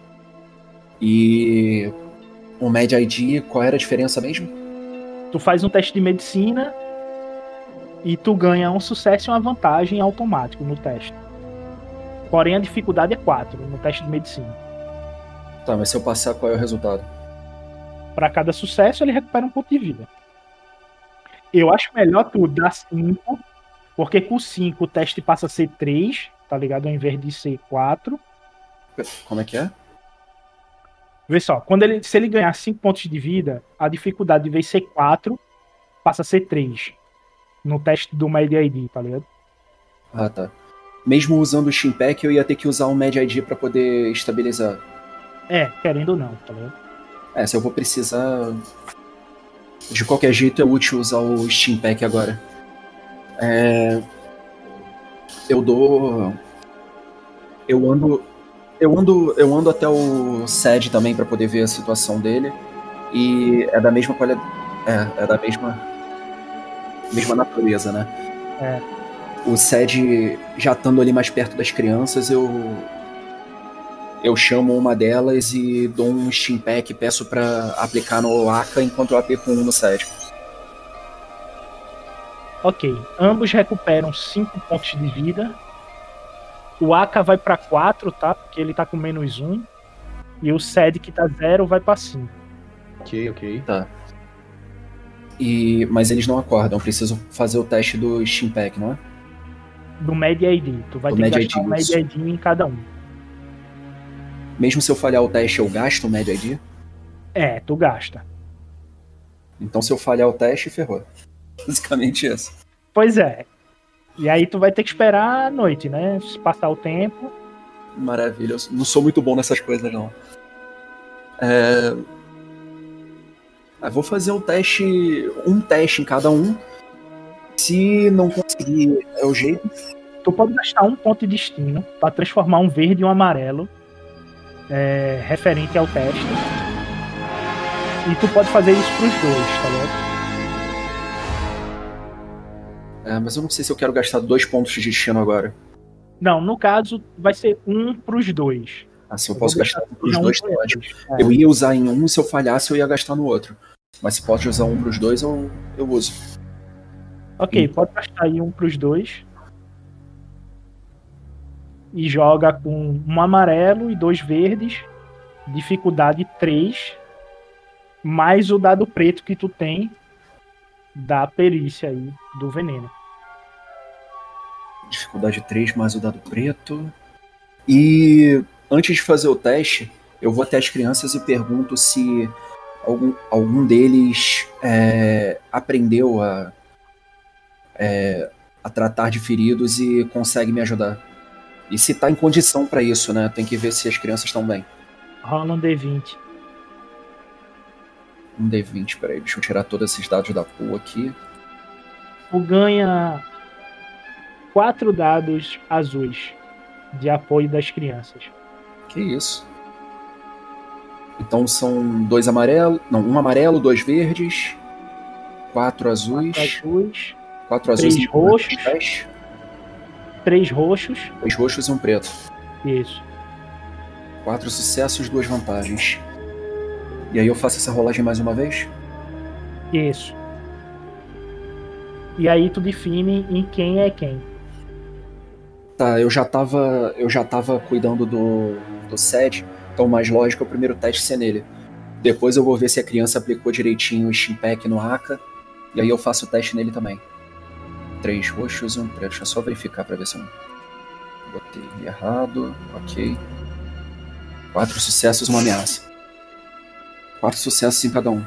E o Med ID, qual era a diferença mesmo? Tu faz um teste de medicina e tu ganha um sucesso e uma vantagem automático no teste. Porém, a dificuldade é 4 no teste de medicina. Tá, mas se eu passar, qual é o resultado? Para cada sucesso, ele recupera um ponto de vida. Eu acho melhor tu dar 5, porque com 5 o teste passa a ser 3, tá ligado? Ao invés de ser 4. Como é que é? Vê só, se ele ganhar 5 pontos de vida, a dificuldade de vez ser 4, passa a ser 3. No teste do Med ID, tá ligado? Ah, tá. Mesmo usando o Steam Pack, eu ia ter que usar o Med ID pra poder estabilizar. Querendo ou não, tá ligado? Se eu vou precisar... De qualquer jeito é útil usar o Steam Pack agora. Eu dou... Eu ando até o SED também pra poder ver a situação dele. E é da mesma qualidade. É da mesma natureza, né? O SED já estando ali mais perto das crianças, eu chamo uma delas e dou um Steam Pack, peço pra aplicar no Aka enquanto eu aplico um no SED. Ok, ambos recuperam 5 pontos de vida. O Aka vai pra 4, tá? Porque ele tá com -1. E o SED que tá 0 vai pra 5. Ok. Tá. Mas eles não acordam, eu preciso fazer o teste do Steam Pack, não é? Do Med ID. Tu vai Do ter que Med gastar ID, um Med isso. ID em cada um. Mesmo se eu falhar o teste, eu gasto o Med ID? Tu gasta. Então se eu falhar o teste, ferrou. Basicamente isso. Pois é. E aí tu vai ter que esperar a noite, né? Se passar o tempo. Maravilha, eu não sou muito bom nessas coisas, não. Vou fazer um teste em cada um. Se não conseguir, é o jeito. Tu pode gastar um ponto de destino pra transformar um verde e um amarelo referente ao teste. E tu pode fazer isso pros dois, tá ligado? Mas eu não sei se eu quero gastar 2 pontos de destino agora. Não, no caso, vai ser um pros dois. Assim, eu posso gastar um pros Não, dois, um tá pros ótimo. dois. Eu ia usar em um, se eu falhasse, eu ia gastar no outro. Mas se pode usar um pros dois, eu uso. Ok, pode gastar aí um pros dois. E joga com um amarelo e 2 verdes. Dificuldade 3. Mais o dado preto que tu tem da perícia aí do veneno. Dificuldade 3 mais o dado preto. E antes de fazer o teste, eu vou até as crianças e pergunto se algum deles aprendeu a tratar de feridos e consegue me ajudar. E se tá em condição pra isso, né? Tem que ver se as crianças estão bem. Rola um D20. Um D20, peraí, deixa eu tirar todos esses dados da pool aqui. Tu ganha 4 dados azuis de apoio das crianças. Que isso? Então são 2 amarelos. Não, um amarelo, 2 verdes, 4 azuis. 4 azuis 3 roxos. 10. 3 roxos. 2 roxos e um preto. Isso. 4 sucessos, 2 vantagens. E aí eu faço essa rolagem mais uma vez? Isso. E aí tu define em quem é quem. Tá, eu já tava cuidando do SED, então o mais lógico é o primeiro teste ser nele. Depois eu vou ver se a criança aplicou direitinho o Steam Pack no Aka, e aí eu faço o teste nele também. 3 roxos e um preto. Deixa eu só verificar pra ver se eu botei errado. Ok. 4 sucessos e uma ameaça. 4 sucessos em cada um.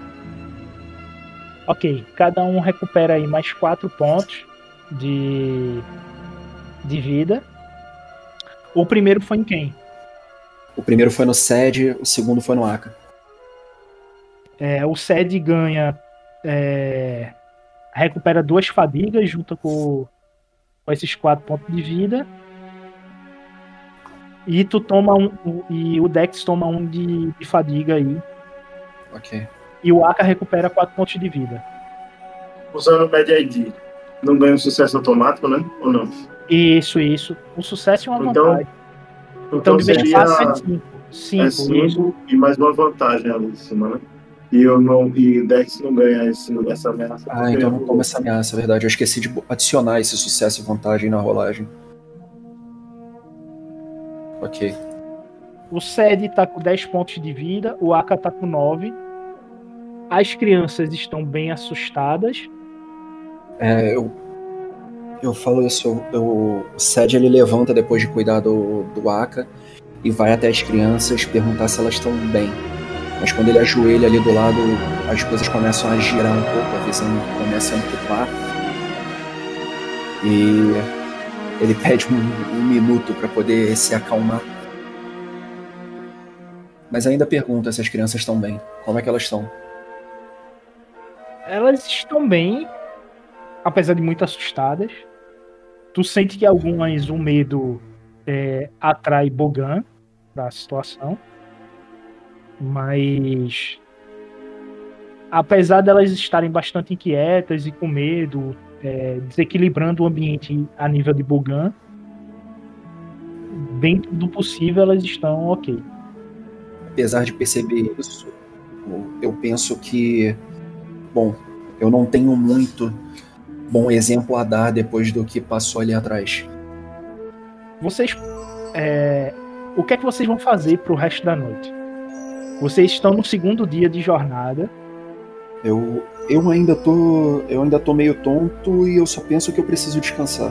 Ok, cada um recupera aí mais 4 pontos de vida. O primeiro foi em quem? O primeiro foi no Sed, o segundo foi no Aka. O Sed ganha... recupera 2 fadigas junto com esses 4 pontos de vida. E tu toma e o Dex toma 1 de fadiga aí. Ok. E o Aka recupera 4 pontos de vida. Usando o Bad ID, não ganha um sucesso automático, né? Ou não? Isso. Um sucesso e uma Então, vantagem. Então de vez de 4 é 5. 5 e mais uma vantagem ali em cima, né? E o Dex não ganha essa ameaça. Ah, então não toma essa ameaça, é verdade. Eu esqueci de adicionar esse sucesso e vantagem na rolagem. Ok. O Sed tá com 10 pontos de vida, o Aka tá com 9. As crianças estão bem assustadas. Eu falo isso, o Sed ele levanta depois de cuidar do Aka e vai até as crianças perguntar se elas estão bem. Mas quando ele ajoelha ali do lado, as coisas começam a girar um pouco, a visão começa a ampliar. E ele pede um minuto para poder se acalmar. Mas ainda pergunta se as crianças estão bem. Como é que elas estão? Elas estão bem, apesar de muito assustadas. Tu sente que algumas, o medo atrai Bogan para a situação. Mas apesar delas estarem bastante inquietas e com medo, desequilibrando o ambiente a nível de Bogan, dentro do possível elas estão ok. Apesar de perceber isso, eu penso que, bom, eu não tenho muito bom exemplo a dar depois do que passou ali atrás. Vocês, o que é que vocês vão fazer pro resto da noite? Vocês estão no segundo dia de jornada. Eu ainda tô meio tonto e eu só penso que eu preciso descansar.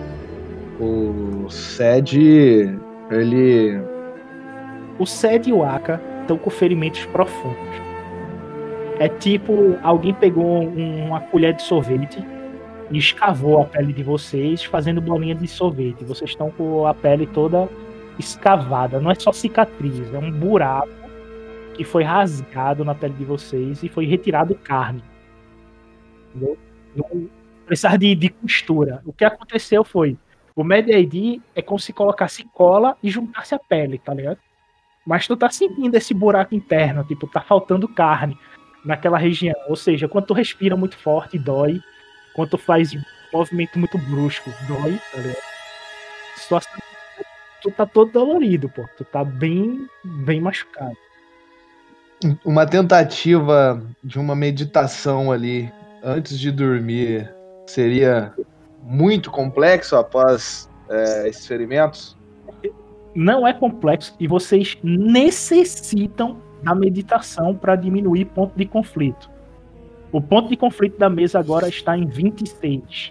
O Sed, ele... O Sed e o Aka estão com ferimentos profundos. É tipo, alguém pegou uma colher de sorvete e escavou a pele de vocês, fazendo bolinha de sorvete. Vocês estão com a pele toda escavada. Não é só cicatriz, é um buraco que foi rasgado na pele de vocês e foi retirado carne. Entendeu? Não precisar de costura. O que aconteceu foi, o Mad ID é como se colocasse cola e juntasse a pele, tá ligado? Mas tu tá sentindo esse buraco interno, tipo, tá faltando carne naquela região. Ou seja, quando tu respira muito forte, dói. Quando tu faz um movimento muito brusco, dói, tá ligado? Situação, tu tá todo dolorido, pô. Tu tá bem machucado. Uma tentativa de uma meditação ali antes de dormir seria muito complexo após esses ferimentos? Não é complexo e vocês necessitam da meditação para diminuir ponto de conflito. O ponto de conflito da mesa agora está em 26.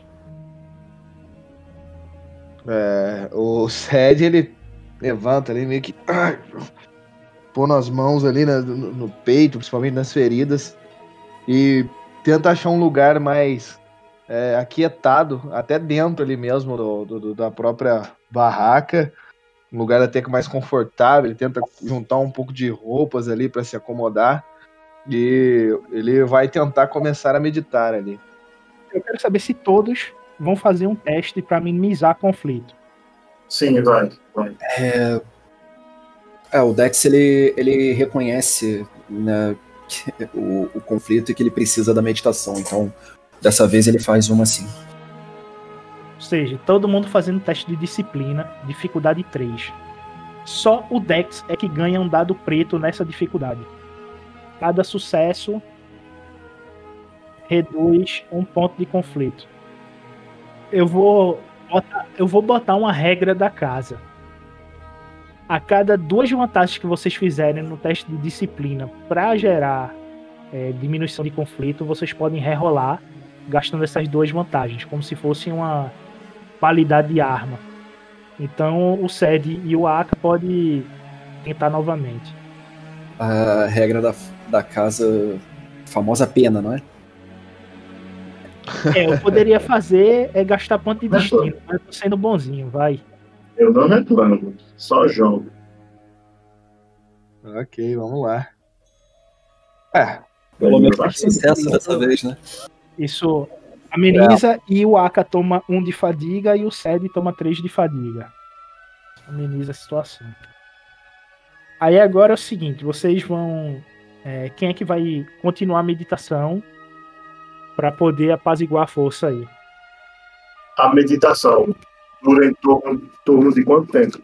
O Sed, ele levanta ali meio que pondo as mãos ali no peito, principalmente nas feridas, e tenta achar um lugar mais aquietado, até dentro ali mesmo da própria barraca, um lugar até que mais confortável. Ele tenta juntar um pouco de roupas ali para se acomodar, e ele vai tentar começar a meditar ali. Eu quero saber se todos vão fazer um teste para minimizar conflito. Sim, vai. O Dex ele reconhece, né, o conflito e que ele precisa da meditação. Então, dessa vez ele faz uma assim. Ou seja, todo mundo fazendo teste de disciplina, dificuldade 3. Só o Dex é que ganha um dado preto nessa dificuldade. Cada sucesso reduz um ponto de conflito. Eu vou botar uma regra da casa. A cada 2 vantagens que vocês fizerem no teste de disciplina para gerar diminuição de conflito, vocês podem rerolar gastando essas duas vantagens, como se fosse uma qualidade de arma. Então o Ced e o Aka podem tentar novamente. A regra da casa, famosa pena, não é? Eu poderia fazer é gastar ponto de destino, mas eu tô sendo bonzinho, vai. Eu não reclamo, só jogo. Ok, vamos lá. Pelo menos foi sucesso dessa vez, né? Isso ameniza e o Aka toma 1 de fadiga e o Ced toma 3 de fadiga. Ameniza a situação. Aí agora é o seguinte, vocês vão... quem é que vai continuar a meditação para poder apaziguar a força aí? A meditação dura em torno de quanto tempo?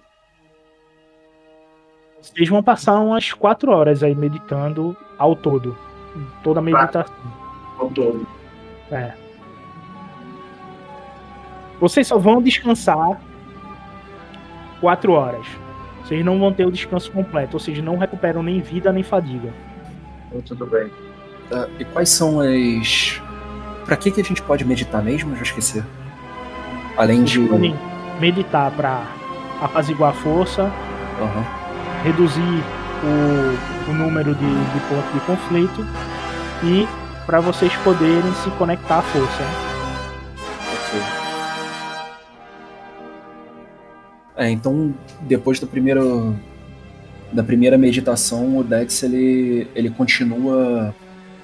Vocês vão passar umas 4 horas aí meditando ao todo. Toda a meditação. Ao todo. Vocês só vão descansar 4 horas. Vocês não vão ter o descanso completo. Ou seja, não recuperam nem vida nem fadiga. Então, tudo bem. E quais são as... Pra que a gente pode meditar mesmo? Eu já esqueci. Além de... Podem meditar para apaziguar a força, reduzir o número de pontos de conflito e para vocês poderem se conectar à força. Né? Ok. Então, depois da primeira meditação, o Dex ele continua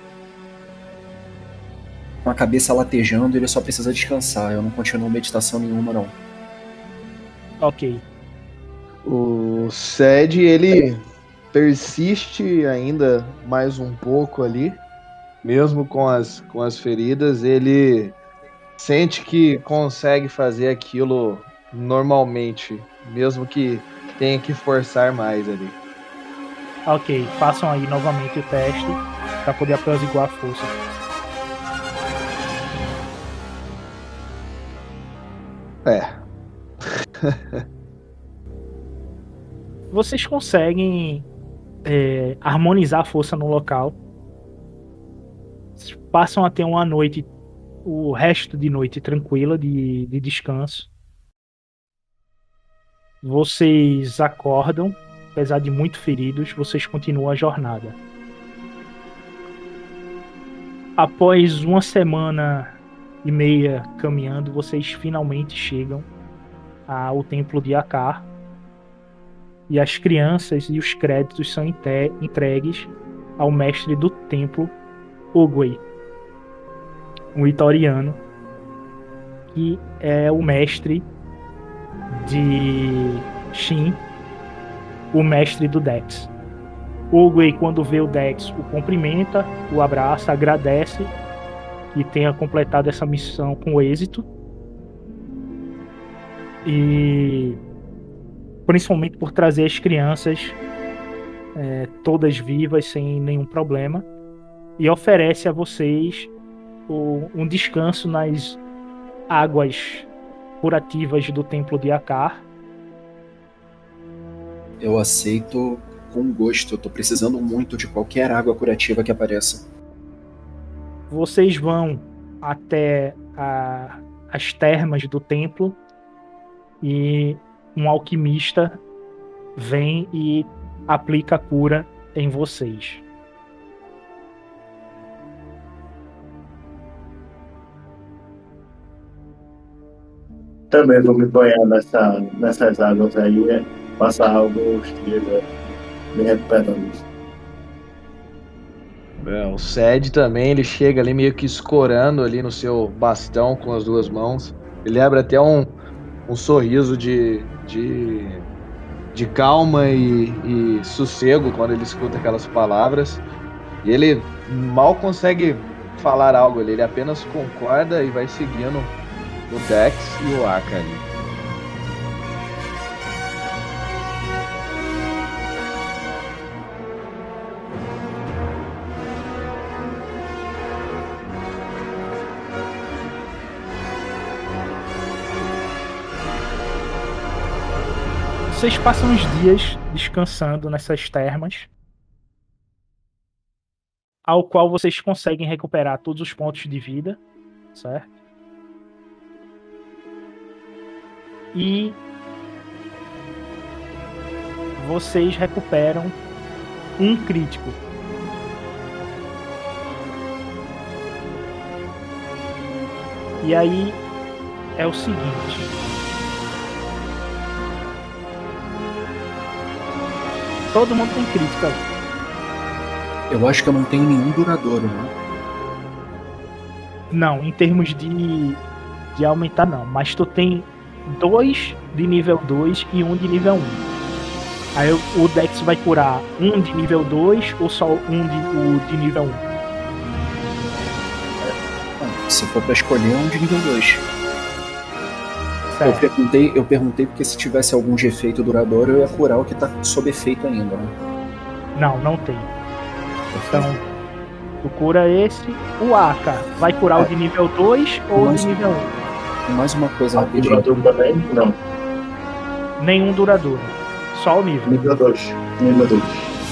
com a cabeça latejando, ele só precisa descansar. Eu não continuo meditação nenhuma, não. Ok. O Ced, ele persiste ainda mais um pouco ali, mesmo com as feridas, ele sente que consegue fazer aquilo normalmente, mesmo que tenha que forçar mais ali. Ok, façam aí novamente o teste para poder apaziguar a força. Vocês conseguem harmonizar a força no local. Vocês passam a ter uma noite, o resto de noite tranquila de descanso. Vocês acordam, apesar de muito feridos, vocês continuam a jornada. Após 1,5 caminhando, vocês finalmente chegam ao templo de Akar. E as crianças e os créditos são entregues ao mestre do templo, Ogway, um Itoriano, que é o mestre de Shin, o mestre do Dex. Ogway, quando vê o Dex, o cumprimenta, o abraça, agradece que tenha completado essa missão com êxito. E principalmente por trazer as crianças todas vivas, sem nenhum problema, e oferece a vocês um descanso nas águas curativas do templo de Akar. Eu aceito com gosto, eu tô precisando muito de qualquer água curativa que apareça. Vocês vão até as termas do templo e um alquimista vem e aplica a cura em vocês. Também vou me banhar nessas águas aí, passar alguns dias me recuperando. O Ced também, ele chega ali meio que escorando ali no seu bastão com as duas mãos. Ele abre até um sorriso de calma e sossego quando ele escuta aquelas palavras. E ele mal consegue falar algo ali, ele apenas concorda e vai seguindo o Dex e o Aka ali. Vocês passam os dias descansando nessas termas, ao qual vocês conseguem recuperar todos os pontos de vida certo? E vocês recuperam um crítico. E aí é o seguinte. Todo mundo tem crítica. Eu acho que eu não tenho nenhum duradouro, né? Não, em termos de aumentar não. Mas tu tem 2 de nível 2 e 1 de nível 1. Aí o Dex vai curar um de nível 2 ou só um de nível 1? Se for pra escolher, um de nível 2. Certo. Eu perguntei porque se tivesse algum de efeito duradouro, eu ia curar o que tá sob efeito ainda, né? Não tem. Então, tu cura esse. O Aka vai curar o de nível 2 ou o de nível 1? Mais uma coisa rapidinho. Duradouro também? Não. Nenhum duradouro. Só o nível. Nível 2. Nível 2.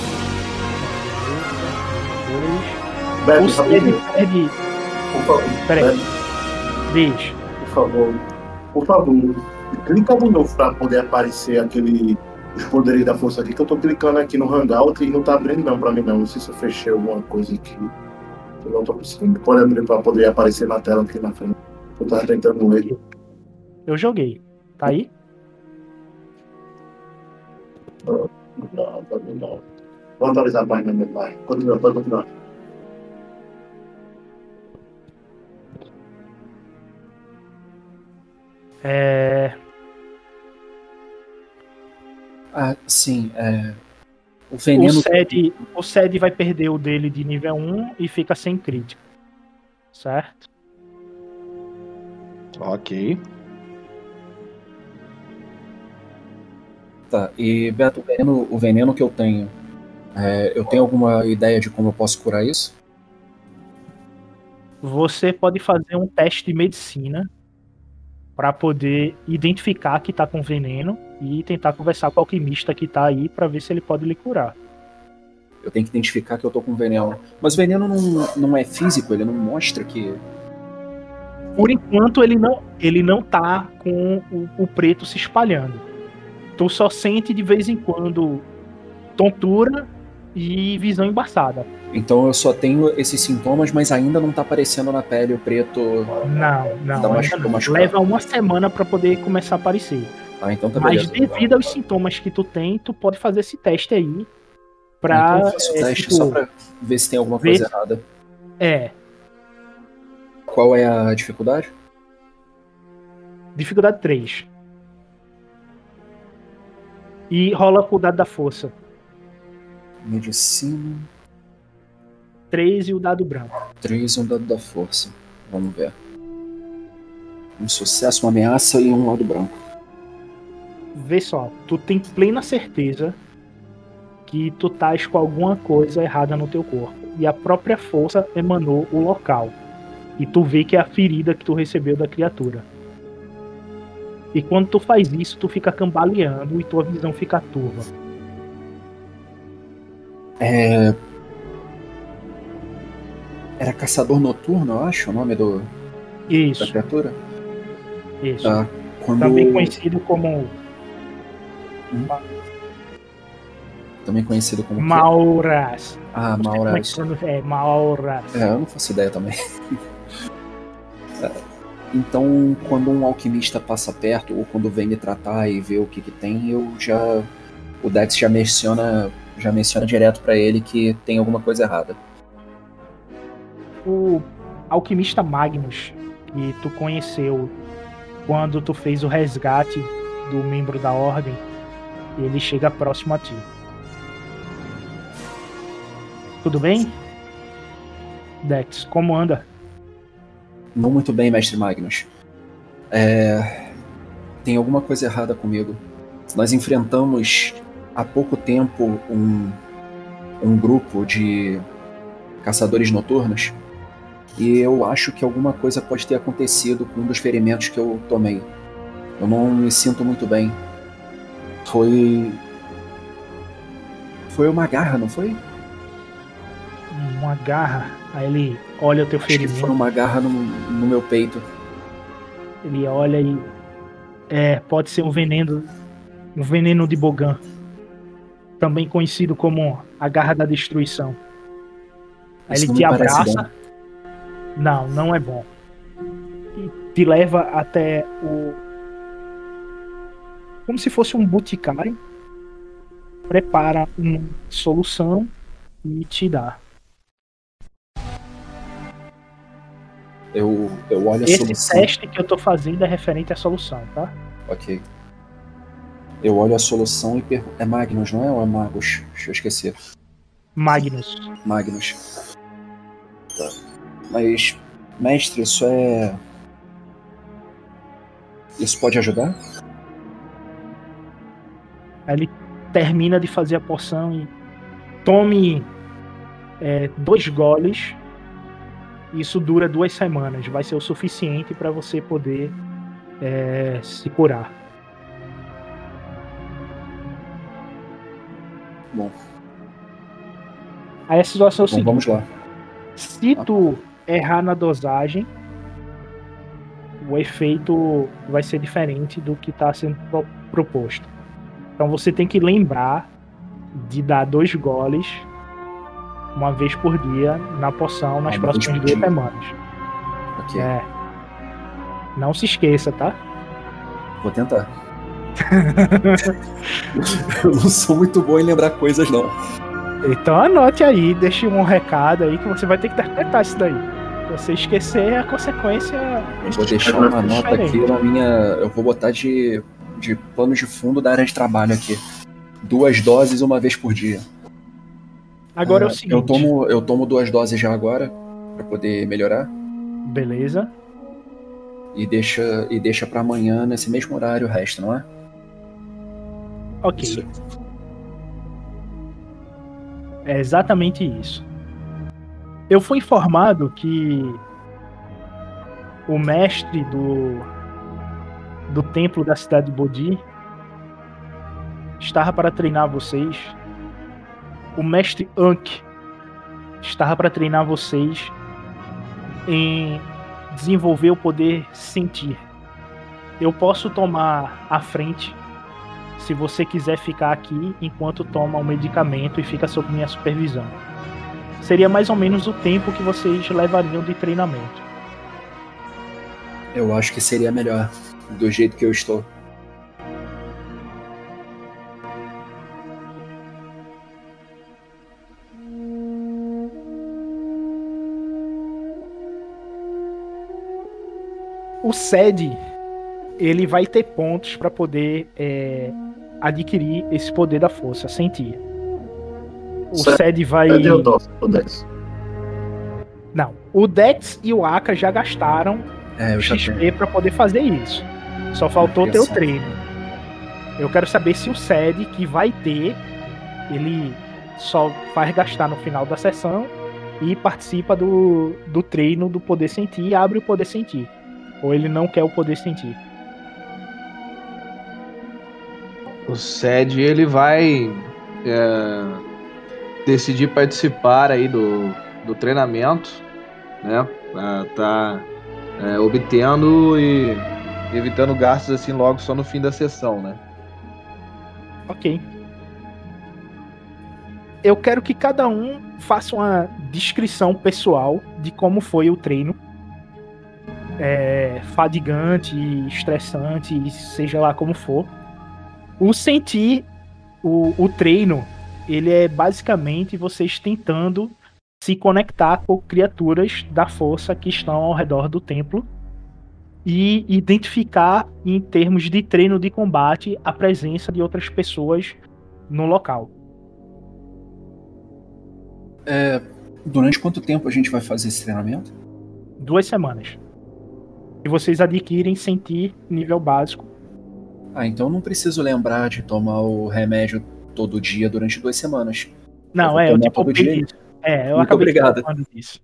O Beto, Ced rapidinho. perde. Por favor. Peraí. Beto, Diz. por favor. Por favor. Clica de novo pra poder aparecer os poderes da força aqui, que eu tô clicando aqui no Hangout e não tá abrindo não pra mim não. Não sei se eu fechei alguma coisa aqui. Eu não tô conseguindo. Pode abrir pra poder aparecer na tela aqui na frente. Eu tava tentando ler. Eu joguei. Tá aí? Não, também não. Vou atualizar a página, meu pai. Continua, pode continuar. Ah, sim. O veneno. O Ced vai perder o dele de nível 1 e fica sem crítico. Certo? Ok. Tá, e Beto, o veneno que eu tenho, eu tenho alguma ideia de como eu posso curar isso? Você pode fazer um teste de medicina para poder identificar que tá com veneno e tentar conversar com o alquimista que tá aí para ver se ele pode lhe curar. Eu tenho que identificar que eu tô com veneno. Mas o veneno não é físico, ele não mostra que... Por enquanto ele não tá com o preto se espalhando. Tu só sente de vez em quando tontura e visão embaçada. Então eu só tenho esses sintomas, mas ainda não tá aparecendo na pele o preto. Não, Dá ainda não. machucado. Leva uma semana para poder começar a aparecer. Ah, então tá Mas beleza. devido aos sintomas que tu tem, tu pode fazer esse teste aí pra... Então eu faço o teste só pra ver se tem alguma coisa errada. Qual é a dificuldade? Dificuldade 3. E rola com o dado da força. Medicina. 3 e o dado branco. 3 e um dado da força. Vamos ver. Um sucesso, uma ameaça e um lado branco. Vê só, tu tem plena certeza que tu estás com alguma coisa errada no teu corpo. E a própria força emanou o local. E tu vê que é a ferida que tu recebeu da criatura. E quando tu faz isso, tu fica cambaleando e tua visão fica turva. Era Caçador Noturno, eu acho, o nome da Isso, criatura? isso. Tá. Também conhecido como Também conhecido como... Mauras. Ah, Mauras. Mauras. Eu não faço ideia também. Então, quando um alquimista passa perto, ou quando vem me tratar e vê o que tem, o Dex já menciona direto pra ele que tem alguma coisa errada. O alquimista Magnus, que tu conheceu quando tu fez o resgate do membro da ordem, ele chega próximo a ti. Tudo bem? Dex, como anda? Não muito bem, mestre Magnus. Tem alguma coisa errada comigo. Nós enfrentamos há pouco tempo um grupo de caçadores noturnos e eu acho que alguma coisa pode ter acontecido com um dos ferimentos que eu tomei. Eu não me sinto muito bem. Foi uma garra, não foi? uma garra. Aí ele olha o teu Acho que foi ferimento. uma garra no meu peito. Ele olha e. Pode ser um veneno de Bogan. Também conhecido como a garra da destruição. Aí Isso ele não te me parece abraça. Não, não é bom. E te leva até como se fosse um boticário. Prepara uma solução e te dá. Eu olho a Esse solução. teste que eu tô fazendo é referente à solução, tá? Ok. Eu olho a solução e pergunto. É Magnus, não é? Ou é Magus? Deixa eu esquecer. Magnus. Magnus. Tá. Mas, mestre, isso é. Isso pode ajudar? Aí ele termina de fazer a poção e tome 2 goles. Isso dura 2 semanas. Vai ser o suficiente para você poder se curar. Bom. Aí a situação é o Então seguinte: vamos lá. se tu errar na dosagem, o efeito vai ser diferente do que está sendo proposto. Então você tem que lembrar de dar 2 goles uma vez por dia na poção nas Uma vez próximas por 2 dia. semanas. Ok. Não se esqueça, tá? Vou tentar. Eu não sou muito bom em lembrar coisas, não. Então anote aí, deixe um recado aí que você vai ter que interpretar isso daí. Se você esquecer, a consequência Eu vou deixar uma nota aqui diferente. na minha. Eu vou botar de pano de fundo da área de trabalho aqui. 2 doses uma vez por dia. Agora é o seguinte. Eu tomo 2 doses já agora, pra poder melhorar. Beleza. E deixa pra amanhã nesse mesmo horário o resto, não é? Ok. Isso. É exatamente isso. Eu fui informado que o mestre do templo da cidade de Bodhi estava para treinar vocês. O mestre Ankh estava para treinar vocês em desenvolver o poder sentir. Eu posso tomar a frente se você quiser ficar aqui enquanto toma o medicamento e fica sob minha supervisão. Seria mais ou menos o tempo que vocês levariam de treinamento. Eu acho que seria melhor, do jeito que eu estou. O SED, ele vai ter pontos para poder adquirir esse poder da força, sentir. O SED vai... É Deodoro, o Dex. Não, o Dex e o Aka já gastaram Eu já XP tenho. para poder fazer isso. Só faltou ter o Atenção. treino. Eu quero saber se o SED que vai ter, ele só faz gastar no final da sessão e participa do treino do poder sentir e abre o poder sentir. Ou ele não quer o poder sentir. O SED, ele vai decidir participar aí do treinamento, né? Pra tá obtendo e evitando gastos assim logo só no fim da sessão, né? Ok. Eu quero que cada um faça uma descrição pessoal de como foi o treino. Fadigante, estressante, seja lá como for. O sentir, o treino, ele é basicamente vocês tentando se conectar com criaturas da força que estão ao redor do templo e identificar, em termos de treino de combate, a presença de outras pessoas no local. Durante quanto tempo a gente vai fazer esse treinamento? 2 semanas. E vocês adquirem sentir nível básico. Então eu não preciso lembrar de tomar o remédio todo dia durante 2 semanas. Não, Eu vou eu te tomar todo poupei dia? disso. Eu Muito acabei te obrigado. poupando disso.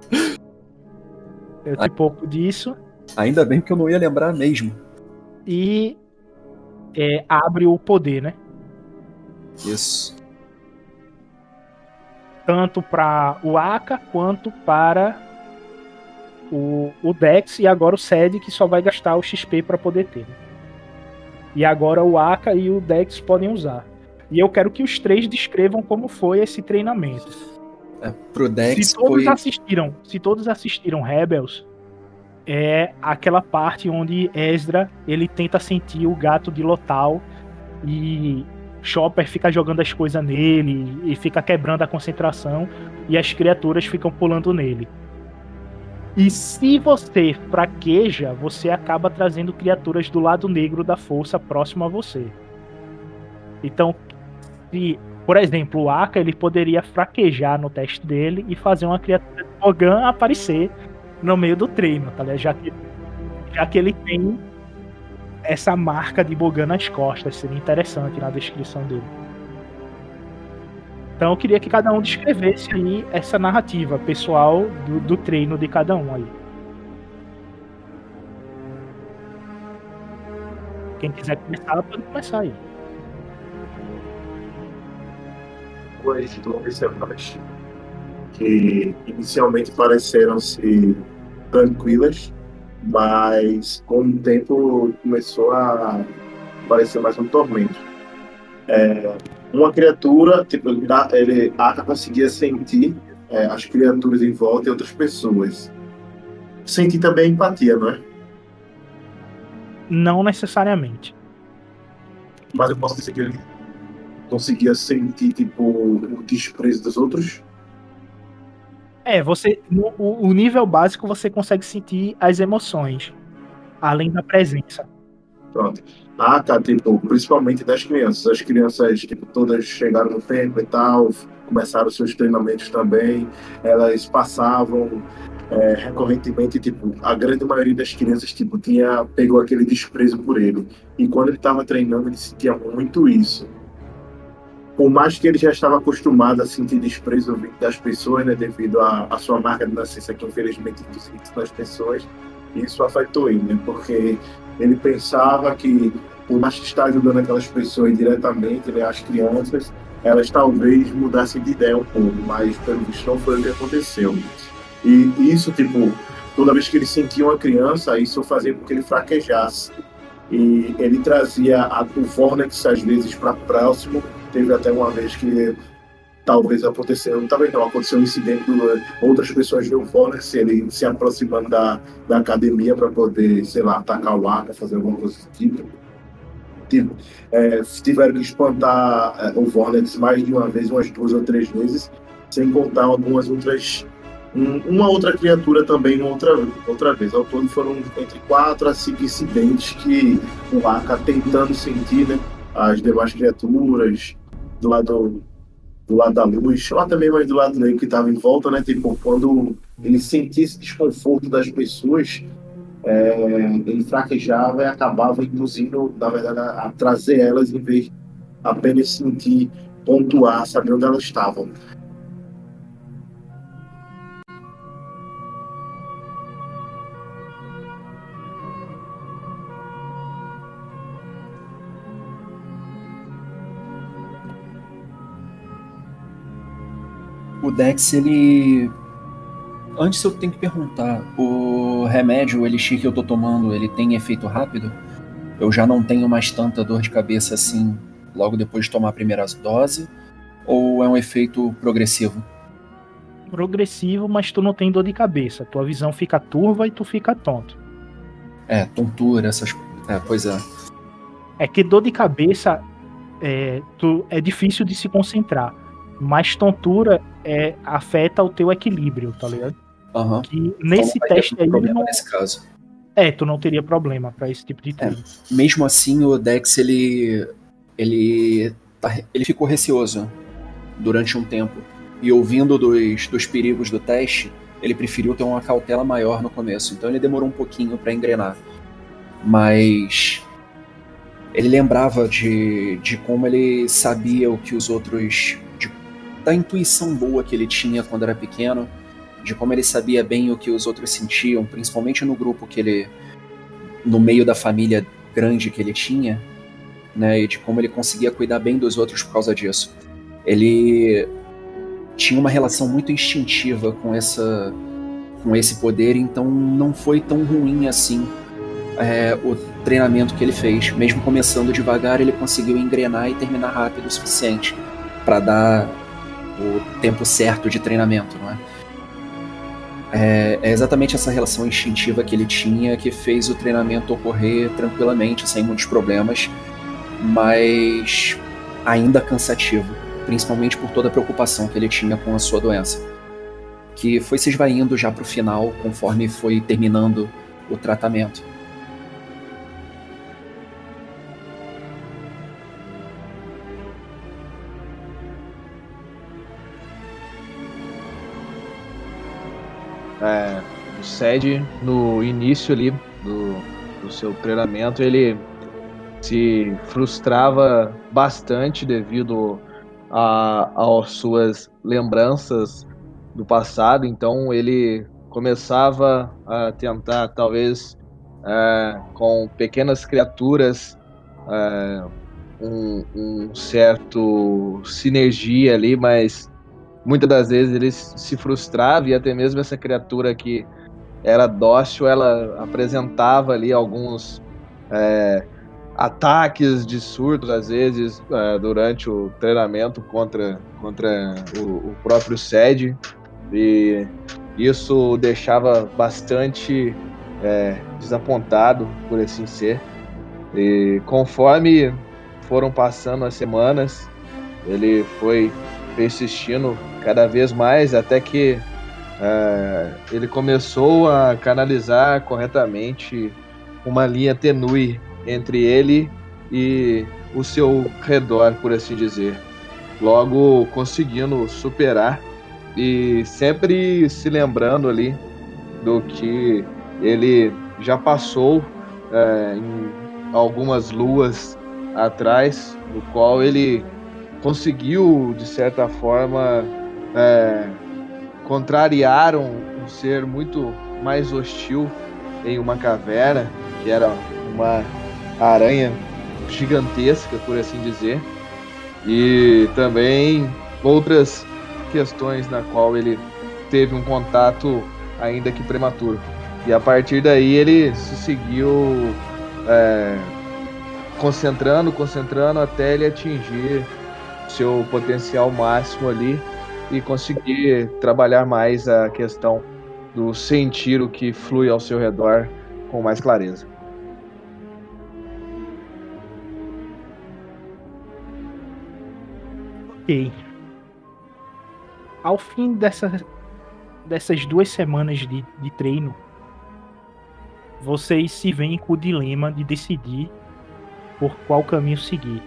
Eu te poupo disso Ainda bem que eu não ia lembrar mesmo. e abre o poder, né? Isso. tanto para o Aka quanto para o Dex, e agora o Ced, que só vai gastar o XP para poder ter. E agora o Aka e o Dex podem usar. E eu quero que os três descrevam como foi esse treinamento. Pro Dex se todos assistiram Rebels, é aquela parte onde Ezra ele tenta sentir o gato de Lothal e Chopper fica jogando as coisas nele e fica quebrando a concentração e as criaturas ficam pulando nele. E se você fraqueja, você acaba trazendo criaturas do lado negro da força próximo a você. Então, se, por exemplo, o Aka, ele poderia fraquejar no teste dele e fazer uma criatura de Bogan aparecer no meio do treino, tá ligado? Já que ele tem essa marca de Bogan nas costas, seria interessante na descrição dele. Então eu queria que cada um descrevesse aí essa narrativa pessoal do treino de cada um aí. Quem quiser começar, pode começar aí. Duas observações que inicialmente pareceram-se tranquilas, mas com o tempo começou a parecer mais um tormento. Uma criatura, tipo, ele conseguia sentir as criaturas em volta e outras pessoas. Sentir também empatia, não é? Não necessariamente. Mas eu posso dizer que ele conseguia sentir, tipo, o desprezo dos outros? Você, o nível básico você consegue sentir as emoções, além da presença. Pronto. Tipo, principalmente das crianças. As crianças, tipo, todas chegaram no tempo e tal, começaram seus treinamentos também. Elas passavam recorrentemente, tipo, a grande maioria das crianças, tipo, pegou aquele desprezo por ele. E quando ele estava treinando, ele sentia muito isso. Por mais que ele já estava acostumado a sentir desprezo das pessoas, né, devido à sua marca de nascença, que infelizmente sente das pessoas, isso afetou ele, né, porque ele pensava que, por mais que está ajudando aquelas pessoas diretamente, né, as crianças, elas talvez mudassem de ideia um pouco, mas pelo visto não foi o que aconteceu. E isso, tipo, toda vez que ele sentia uma criança, isso fazia com que ele fraquejasse. E ele trazia o Vornex às vezes para próximo. Teve até uma vez que talvez aconteceu um incidente, outras pessoas viram o Vornex, ele se aproximando da academia para poder, sei lá, atacar o Aka, fazer alguma coisa desse tipo. Tiveram que espantar o Vornex mais de uma vez, umas 2 ou 3 vezes, sem contar algumas outras. Uma outra criatura também outra vez. Ao todo foram entre 4 a 5 incidentes que o Aka tentando sentir, né, as demais criaturas do lado da luz, lá também, mas do lado dele que estava em volta, né? Tipo, quando ele sentia esse desconforto das pessoas, ele fraquejava e acabava induzindo, na verdade, a trazer elas em vez de apenas sentir, pontuar, saber onde elas estavam. O Dex, ele... Antes eu tenho que perguntar, o remédio, o elixir que eu tô tomando, ele tem efeito rápido? Eu já não tenho mais tanta dor de cabeça assim logo depois de tomar a primeira dose? Ou é um efeito progressivo? Progressivo, mas tu não tem dor de cabeça. Tua visão fica turva e tu fica tonto. Tontura, essas... pois é. É que dor de cabeça é difícil de se concentrar. Mas tontura afeta o teu equilíbrio, tá ligado? Uhum. Que nesse teste aí não... nesse caso. Tu não teria problema pra esse tipo de treino. Mesmo assim, o Dex, ele ficou receoso durante um tempo. E ouvindo dos perigos do teste, ele preferiu ter uma cautela maior no começo. Então ele demorou um pouquinho pra engrenar. Mas ele lembrava de como ele sabia o que os outros... da intuição boa que ele tinha quando era pequeno, de como ele sabia bem o que os outros sentiam, principalmente no grupo que ele... no meio da família grande que ele tinha, né, e de como ele conseguia cuidar bem dos outros por causa disso. Ele tinha uma relação muito instintiva com esse poder, então não foi tão ruim assim o treinamento que ele fez. Mesmo começando devagar, ele conseguiu engrenar e terminar rápido o suficiente para dar o tempo certo de treinamento, não é? É exatamente essa relação instintiva que ele tinha que fez o treinamento ocorrer tranquilamente, sem muitos problemas, mas ainda cansativo, principalmente por toda a preocupação que ele tinha com a sua doença, que foi se esvaindo já para o final, conforme foi terminando o tratamento. O Ced, no início ali do seu treinamento, ele se frustrava bastante devido às suas lembranças do passado, então ele começava a tentar, talvez, com pequenas criaturas, um certo sinergia ali, mas muitas das vezes ele se frustrava, e até mesmo essa criatura que era dócil, ela apresentava ali alguns ataques de surtos, às vezes, durante o treinamento contra o próprio Ced, e isso deixava bastante desapontado, por assim ser. E conforme foram passando as semanas, ele foi persistindo cada vez mais, até que ele começou a canalizar corretamente uma linha tenue entre ele e o seu redor, por assim dizer. Logo conseguindo superar e sempre se lembrando ali do que ele já passou em algumas luas atrás, no qual ele conseguiu, de certa forma, contrariar um ser muito mais hostil em uma caverna, que era uma aranha gigantesca, por assim dizer, e também outras questões na qual ele teve um contato ainda que prematuro. E a partir daí ele se seguiu concentrando até ele atingir seu potencial máximo ali e conseguir trabalhar mais a questão do sentir o que flui ao seu redor com mais clareza. Ok. Ao fim dessas 2 semanas de treino, vocês se veem com o dilema de decidir por qual caminho seguir.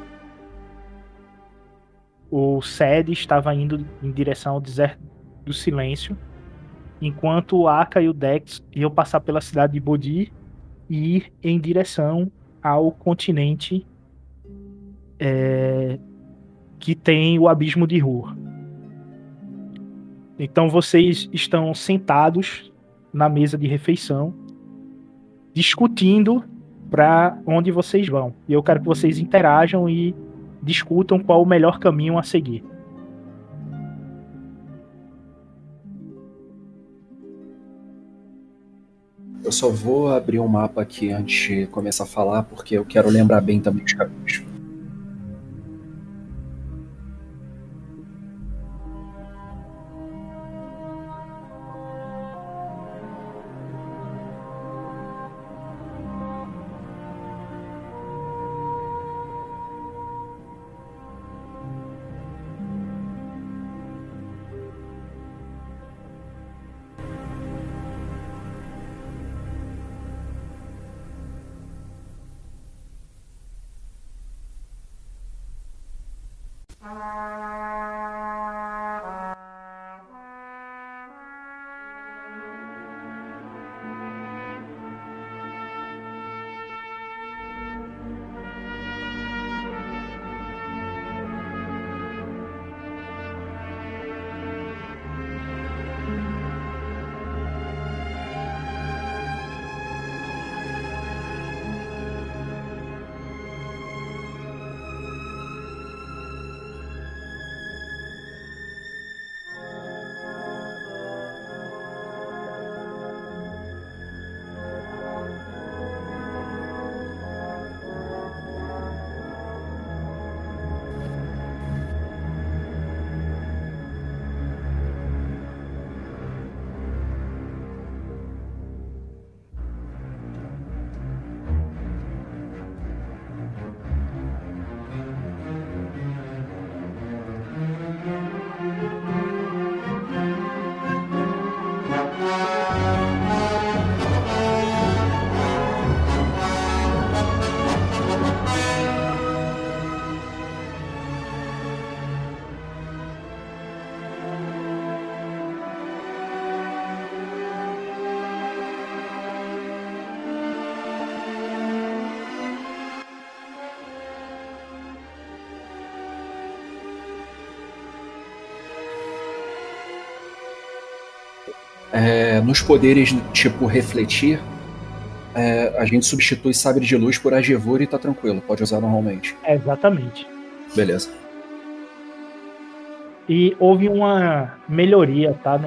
O Ced estava indo em direção ao deserto do silêncio, enquanto o Aka e o Dex iam passar pela cidade de Bodhi e ir em direção ao continente que tem o abismo de Hur. Então vocês estão sentados na mesa de refeição, discutindo para onde vocês vão. E eu quero que vocês interajam e discutam qual o melhor caminho a seguir. Eu só vou abrir um mapa aqui antes de começar a falar, porque eu quero lembrar bem também os caminhos. Nos poderes tipo refletir, a gente substitui sabre de luz por Agevura e tá tranquilo, pode usar normalmente. Exatamente. Beleza. E houve uma melhoria, tá?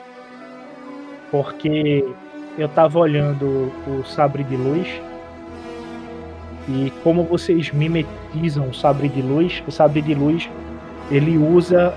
Porque eu tava olhando o sabre de luz e como vocês mimetizam o sabre de luz ele usa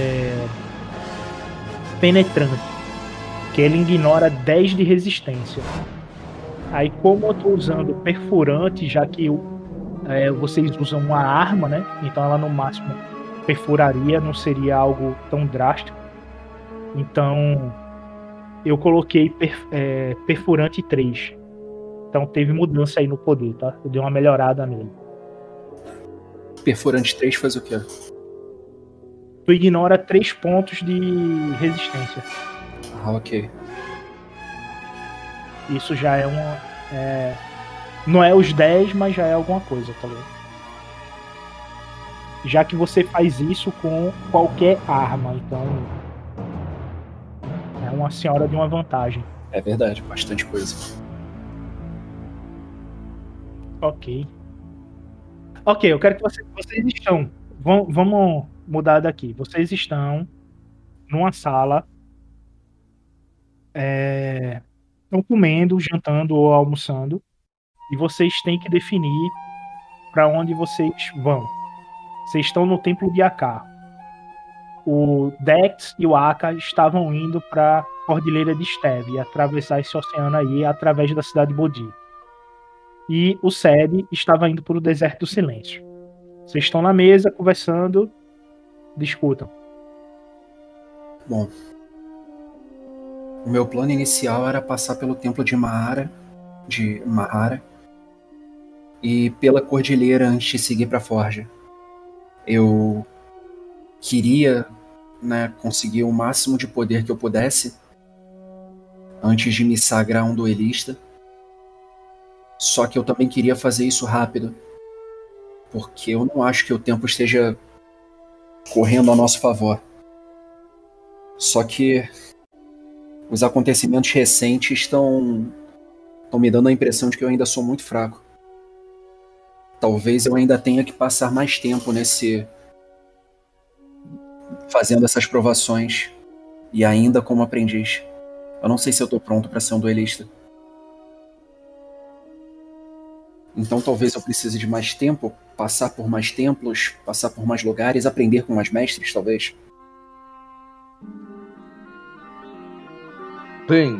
penetrante, que ele ignora 10 de resistência. Aí como eu tô usando perfurante, já que vocês usam uma arma, né? Então ela no máximo perfuraria, não seria algo tão drástico. Então eu coloquei perfurante 3. Então teve mudança aí no poder, tá? Eu dei uma melhorada nele. Perfurante 3 faz o quê? Tu ignora 3 pontos de resistência. Ok. Isso já é não é os 10, mas já é alguma coisa, tá ligado? Já que você faz isso com qualquer arma, então é uma senhora de uma vantagem. É verdade, bastante coisa. Ok, eu quero que vocês estão... Vamos mudar daqui. Vocês estão numa sala, estão comendo, jantando ou almoçando, e vocês têm que definir para onde vocês vão. Vocês estão no templo de Akar. O Dex e o Aka estavam indo para a Cordilheira de Steve e atravessar esse oceano aí através da cidade de Bodhi. E o Sed estava indo para o Deserto do Silêncio. Vocês estão na mesa conversando, discutam. Bom, o meu plano inicial era passar pelo templo de Mahara, e pela cordilheira antes de seguir para Forja. Eu queria, conseguir o máximo de poder que eu pudesse antes de me sagrar um duelista. Só que eu também queria fazer isso rápido, porque eu não acho que o tempo esteja correndo a nosso favor. Só que os acontecimentos recentes estão me dando a impressão de que eu ainda sou muito fraco. Talvez eu ainda tenha que passar mais tempo fazendo essas provações e ainda como aprendiz. Eu não sei se eu tô pronto para ser um duelista. Então talvez eu precise de mais tempo, passar por mais templos, passar por mais lugares, aprender com mais mestres, talvez. Bem,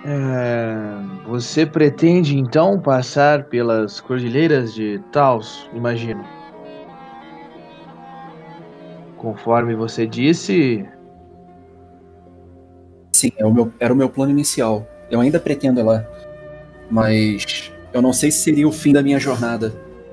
você pretende então passar pelas cordilheiras de Taos, imagino? Conforme você disse... Sim, era o meu plano inicial. Eu ainda pretendo ir lá, mas eu não sei se seria o fim da minha jornada.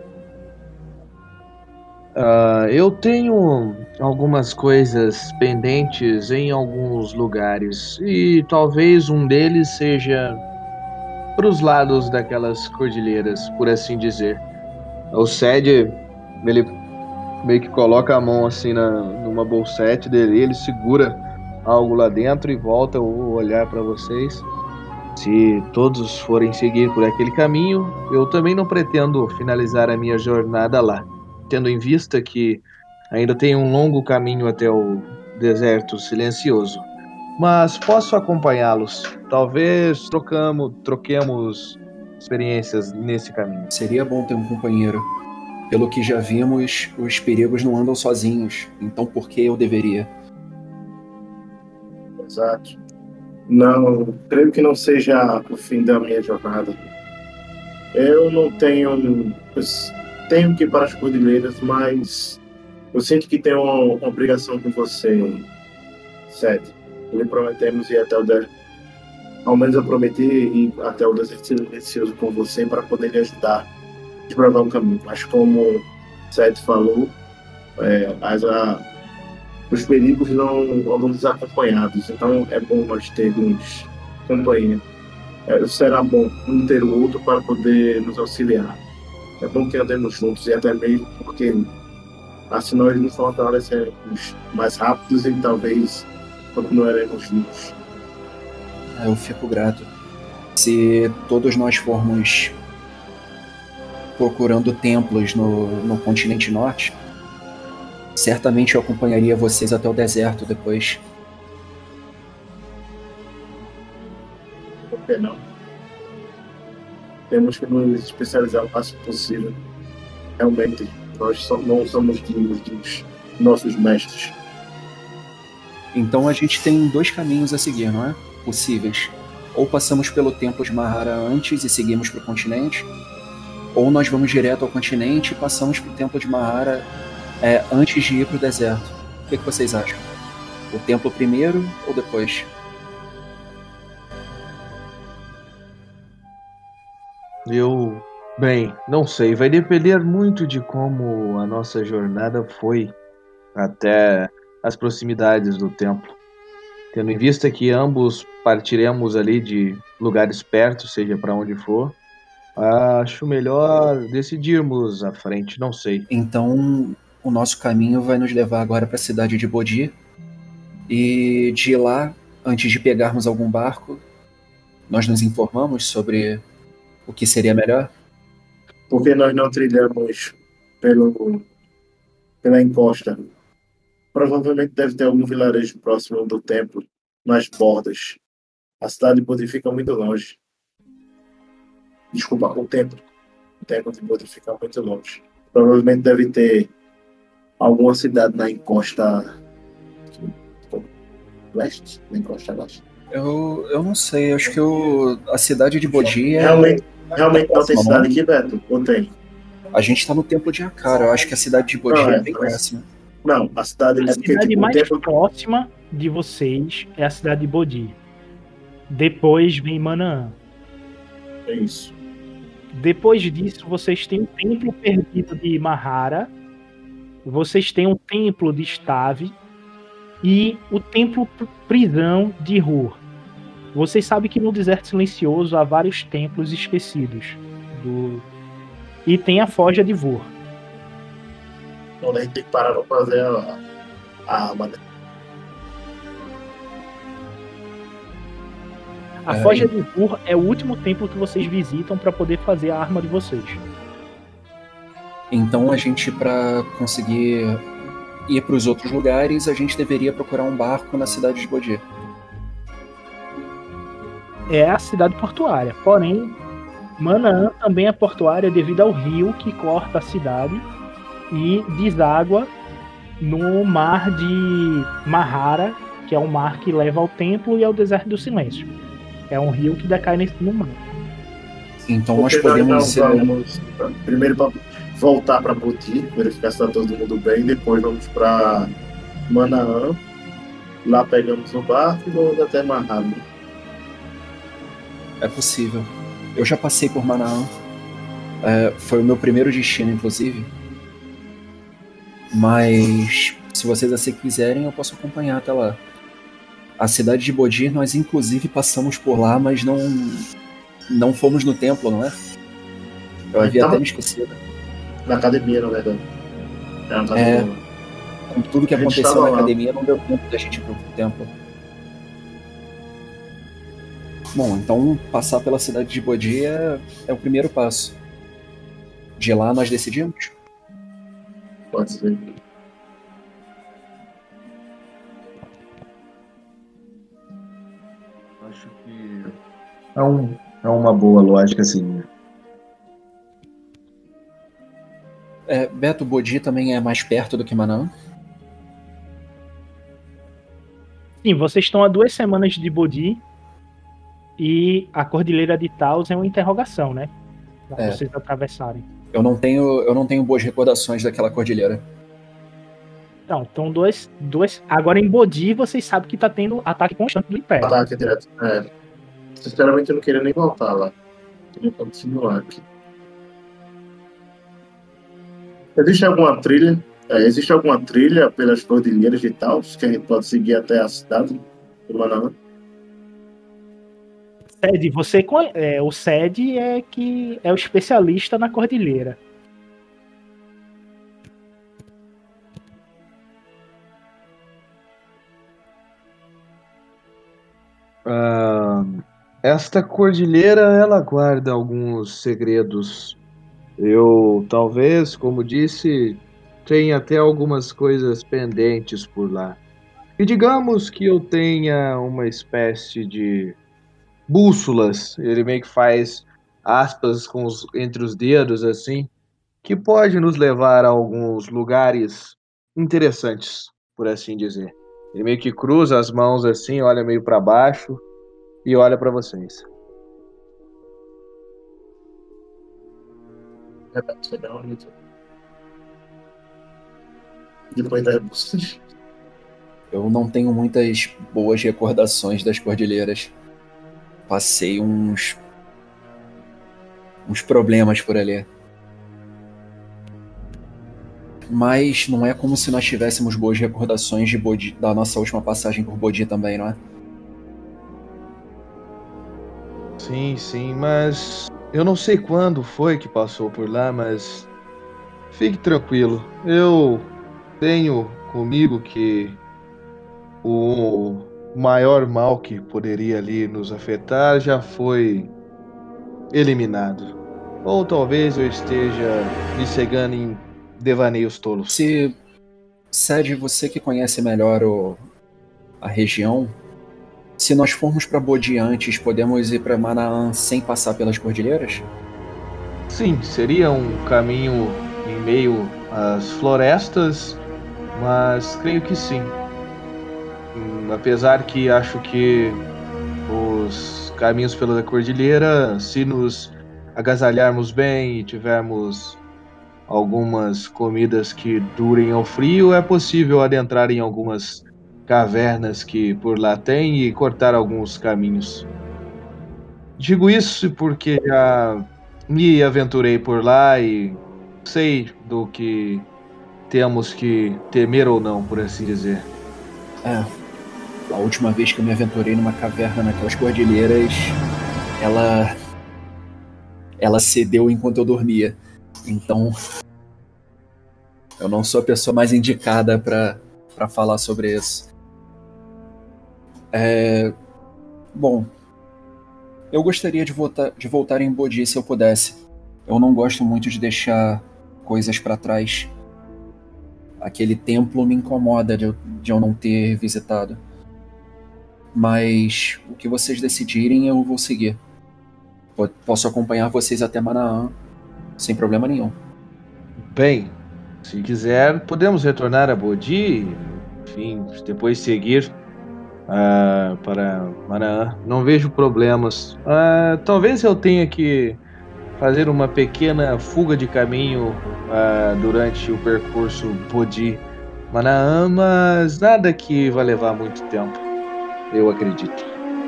Eu tenho algumas coisas pendentes em alguns lugares e talvez um deles seja para os lados daquelas cordilheiras, por assim dizer. O Sed, ele meio que coloca a mão assim numa bolsete dele, ele segura algo lá dentro e volta o olhar para vocês. Se todos forem seguir por aquele caminho, eu também não pretendo finalizar a minha jornada lá, tendo em vista que ainda tem um longo caminho até o deserto silencioso. Mas posso acompanhá-los. Talvez troquemos experiências nesse caminho. Seria bom ter um companheiro. Pelo que já vimos, os perigos não andam sozinhos. Então por que eu deveria? Exato. Não, creio que não seja o fim da minha jornada. Eu não tenho que ir para as cordilheiras, mas eu sinto que tenho uma obrigação com você, Sed. Lhe prometemos ir até o deserto. Ao menos eu prometi ir até o deserto silencioso com você para poder lhe ajudar a desbravar o caminho. Mas como Sed falou, os perigos não andam desacompanhados, então é bom nós termos companhia. Será bom um ter o outro para poder nos auxiliar. É bom que andemos juntos, e até mesmo porque assim nós nos fortaleceremos mais rápidos e talvez continuaremos juntos. Eu fico grato. Se todos nós formos procurando templos no continente norte, certamente eu acompanharia vocês até o deserto depois. Por que não? Temos que nos especializar o máximo possível. Realmente, nós não somos dignos dos nossos mestres. Então a gente tem 2 caminhos a seguir, não é? Possíveis. Ou passamos pelo templo de Mahara antes e seguimos para o continente, ou nós vamos direto ao continente e passamos pro templo de Mahara antes de ir pro deserto. O que vocês acham? O templo primeiro ou depois? Bem, não sei. Vai depender muito de como a nossa jornada foi até as proximidades do templo. Tendo em vista que ambos partiremos ali de lugares perto, seja para onde for, acho melhor decidirmos à frente, não sei. Então o nosso caminho vai nos levar agora para a cidade de Bodhi, e de lá, antes de pegarmos algum barco, nós nos informamos sobre o que seria melhor. Porque nós não trilhamos pela encosta. Provavelmente deve ter algum vilarejo próximo do templo, nas bordas. A cidade de Bodhi fica muito longe. Desculpa, o templo. O templo de Bodhi fica muito longe. Provavelmente deve ter alguma cidade na encosta leste? Na encosta leste. Eu não sei, acho que a cidade de Bodhi Realmente não tem cidade aqui, Beto? Ou tem? A gente tá no templo de Akara, eu acho que a cidade de Bodhi é bem próxima. Não, a cidade... A cidade mais próxima de vocês é a cidade de Bodhi. Depois vem Manaã. É isso. Depois disso, vocês têm o templo perdido de Mahara, vocês têm um templo de Stave e o templo prisão de Hur. Vocês sabem que no Deserto Silencioso há vários templos esquecidos. E tem a Forja de Vur. Então a gente tem que parar pra fazer a arma, né? A Forja de Vur é o último templo que vocês visitam para poder fazer a arma de vocês. Então a gente, para conseguir ir para os outros lugares, a gente deveria procurar um barco na cidade de Bodhi. É a cidade portuária, porém Manaã também é portuária devido ao rio que corta a cidade e deságua no mar de Mahara, que é o mar que leva ao templo e ao deserto do silêncio. É um rio que decai no mar. Então nós podemos... Primeiro para voltar para Bodhi, verificar se está todo mundo bem, depois vamos para Manaã, lá pegamos o barco e vamos até Mahara. É possível. Eu já passei por Manaã. Foi o meu primeiro destino, inclusive. Mas se vocês assim quiserem, eu posso acompanhar até lá. A cidade de Bodhi, nós inclusive passamos por lá, mas não fomos no templo, não é? Eu havia até me esquecido. Na academia, na verdade. Com tudo que aconteceu na academia, não deu tempo da gente ir pro templo. Bom, então passar pela cidade de Bodhi é o primeiro passo. De lá nós decidimos? Pode ser. Acho que é uma boa lógica, assim. Beto, Bodhi também é mais perto do que Manaã? Sim, vocês estão há 2 semanas de Bodhi e a Cordilheira de Taos é uma interrogação, né? Pra vocês atravessarem. Eu não tenho boas recordações daquela cordilheira. Então, dois. Agora em Bodhi, vocês sabem que tá tendo ataque constante do Império. Ataque direto. Sinceramente, eu não queria nem voltar lá. Queria continuar aqui. Existe alguma trilha pelas cordilheiras de Taos que a gente pode seguir até a cidade de Manaã? Sede, o Sede é que é o especialista na cordilheira. Esta cordilheira, ela guarda alguns segredos. Eu, talvez, como disse, tenha até algumas coisas pendentes por lá. E digamos que eu tenha uma espécie de bússolas. Ele meio que faz aspas entre os dedos, assim, que pode nos levar a alguns lugares interessantes, por assim dizer. Ele meio que cruza as mãos assim, olha meio para baixo e olha para vocês. Repete, não, depois da rebusta. Eu não tenho muitas boas recordações das cordilheiras. Passei uns problemas por ali. Mas não é como se nós tivéssemos boas recordações de Bodhi, da nossa última passagem por Bodhi também, não é? Sim, sim, mas eu não sei quando foi que passou por lá, mas fique tranquilo. Eu tenho comigo que o maior mal que poderia ali nos afetar já foi eliminado. Ou talvez eu esteja me cegando em devaneios tolos. Se Sede, você que conhece melhor a região, se nós formos para Bodhi antes, podemos ir para Manaan sem passar pelas cordilheiras? Sim, seria um caminho em meio às florestas, mas creio que sim. Apesar que acho que os caminhos pela cordilheira, se nos agasalharmos bem e tivermos algumas comidas que durem ao frio, é possível adentrar em algumas cavernas que por lá tem e cortar alguns caminhos. Digo isso porque já me aventurei por lá e sei do que temos que temer ou não, por assim dizer. A última vez que eu me aventurei numa caverna naquelas cordilheiras, ela cedeu enquanto eu dormia. Então, eu não sou a pessoa mais indicada para falar sobre isso. Bom, eu gostaria de voltar em Bodhi se eu pudesse. Eu não gosto muito de deixar coisas para trás. Aquele templo me incomoda de eu não ter visitado. Mas o que vocês decidirem eu vou seguir. Posso acompanhar vocês até Manaan sem problema nenhum. Bem, se quiser, podemos retornar a Bodhi, enfim, depois seguir para Manaan. Não vejo problemas. Talvez eu tenha que fazer uma pequena fuga de caminho durante o percurso Bodhi Manaan, mas nada que vai levar muito tempo, eu acredito.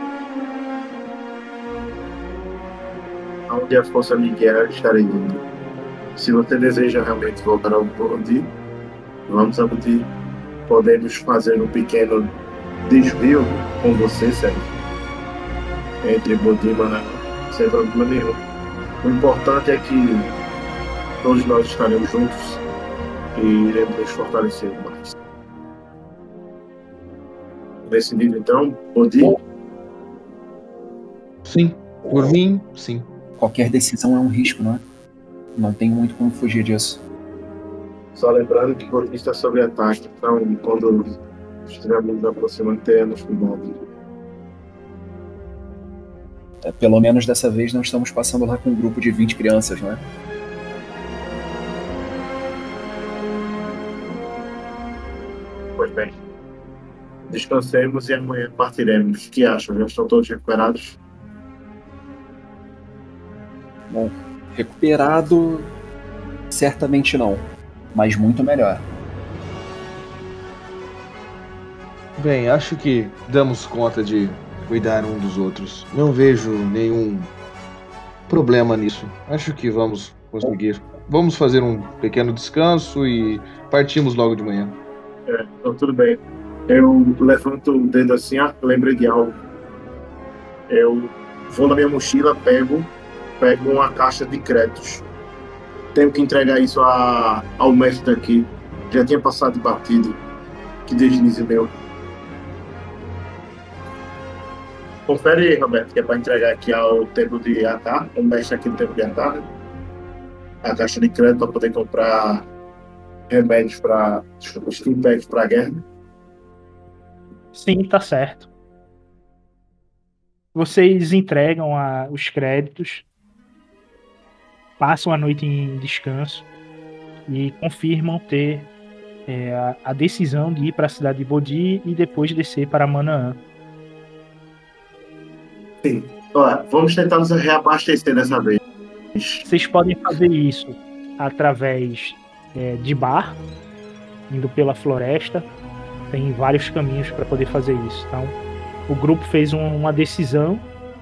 Onde a força me guiar, estarei indo. Se você deseja realmente voltar ao Bodhi, vamos a Bodhi. Podemos fazer um pequeno desvio com você, Sérgio. Entre Bodhi e Manaan, sem problema nenhum. O importante é que todos nós estaremos juntos e iremos nos fortalecer mais. Decidido então, Bodhi? Sim, por mim, sim. Qualquer decisão é um risco, não é? Não tem muito como fugir disso. Só lembrando que Bodhi está sob ataque, então quando estivermos nos aproximando, teremos cuidado. Pelo menos dessa vez não estamos passando lá com um grupo de 20 crianças, não é? Pois bem. Descansemos e amanhã partiremos. O que acham? Já estão todos recuperados? Bom, recuperado, certamente não, mas muito melhor. Bem, acho que damos conta de cuidar um dos outros. Não vejo nenhum problema nisso. Acho que vamos conseguir. Vamos fazer um pequeno descanso e partimos logo de manhã. Então tudo bem. Eu levanto o dedo assim, lembrei de algo. Eu vou na minha mochila, pego uma caixa de créditos. Tenho que entregar isso ao mestre daqui. Já tinha passado batido. Que deslize meu. Confere aí, Roberto, que é para entregar aqui ao templo de Atar, o mestre aqui do templo de Atar, né? A caixa de crédito para poder comprar remédios para. Desculpa, stimpacks para a guerra. Sim, tá certo. Vocês entregam os créditos, passam a noite em descanso e confirmam ter a decisão de ir para a cidade de Bodhi e depois descer para Manaã. Sim. Olha, vamos tentar nos reabastecer dessa vez. Vocês podem fazer isso através de bar, indo pela floresta. Tem vários caminhos para poder fazer isso. Então, o grupo fez uma decisão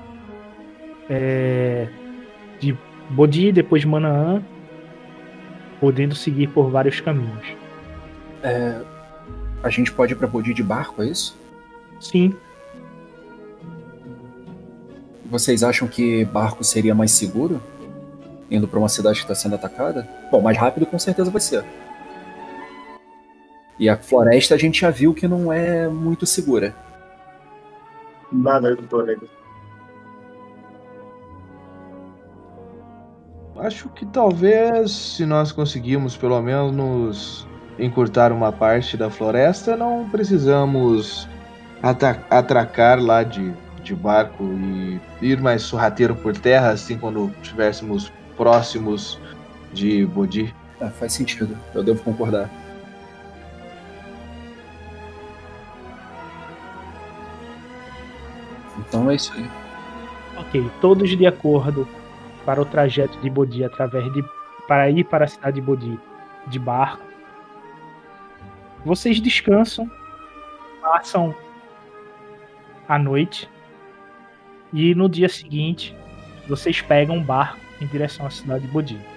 de Bodhi, depois de Manaã, podendo seguir por vários caminhos. A gente pode ir pra Bodhi de barco, é isso? Sim, Vocês acham que barco seria mais seguro? Indo pra uma cidade que está sendo atacada? Bom, mais rápido com certeza vai ser. E a floresta a gente já viu que não é muito segura. Nada do planeta. Acho que talvez, se nós conseguirmos pelo menos encurtar uma parte da floresta, não precisamos atracar lá de barco e ir mais sorrateiro por terra, assim, quando estivéssemos próximos de Bodhi. Faz sentido, eu devo concordar. Então é isso aí. ok. Todos de acordo para o trajeto de Bodhi para ir para a cidade de Bodhi de barco. Vocês descansam, passam a noite e no dia seguinte vocês pegam um barco em direção à cidade de Bodhi.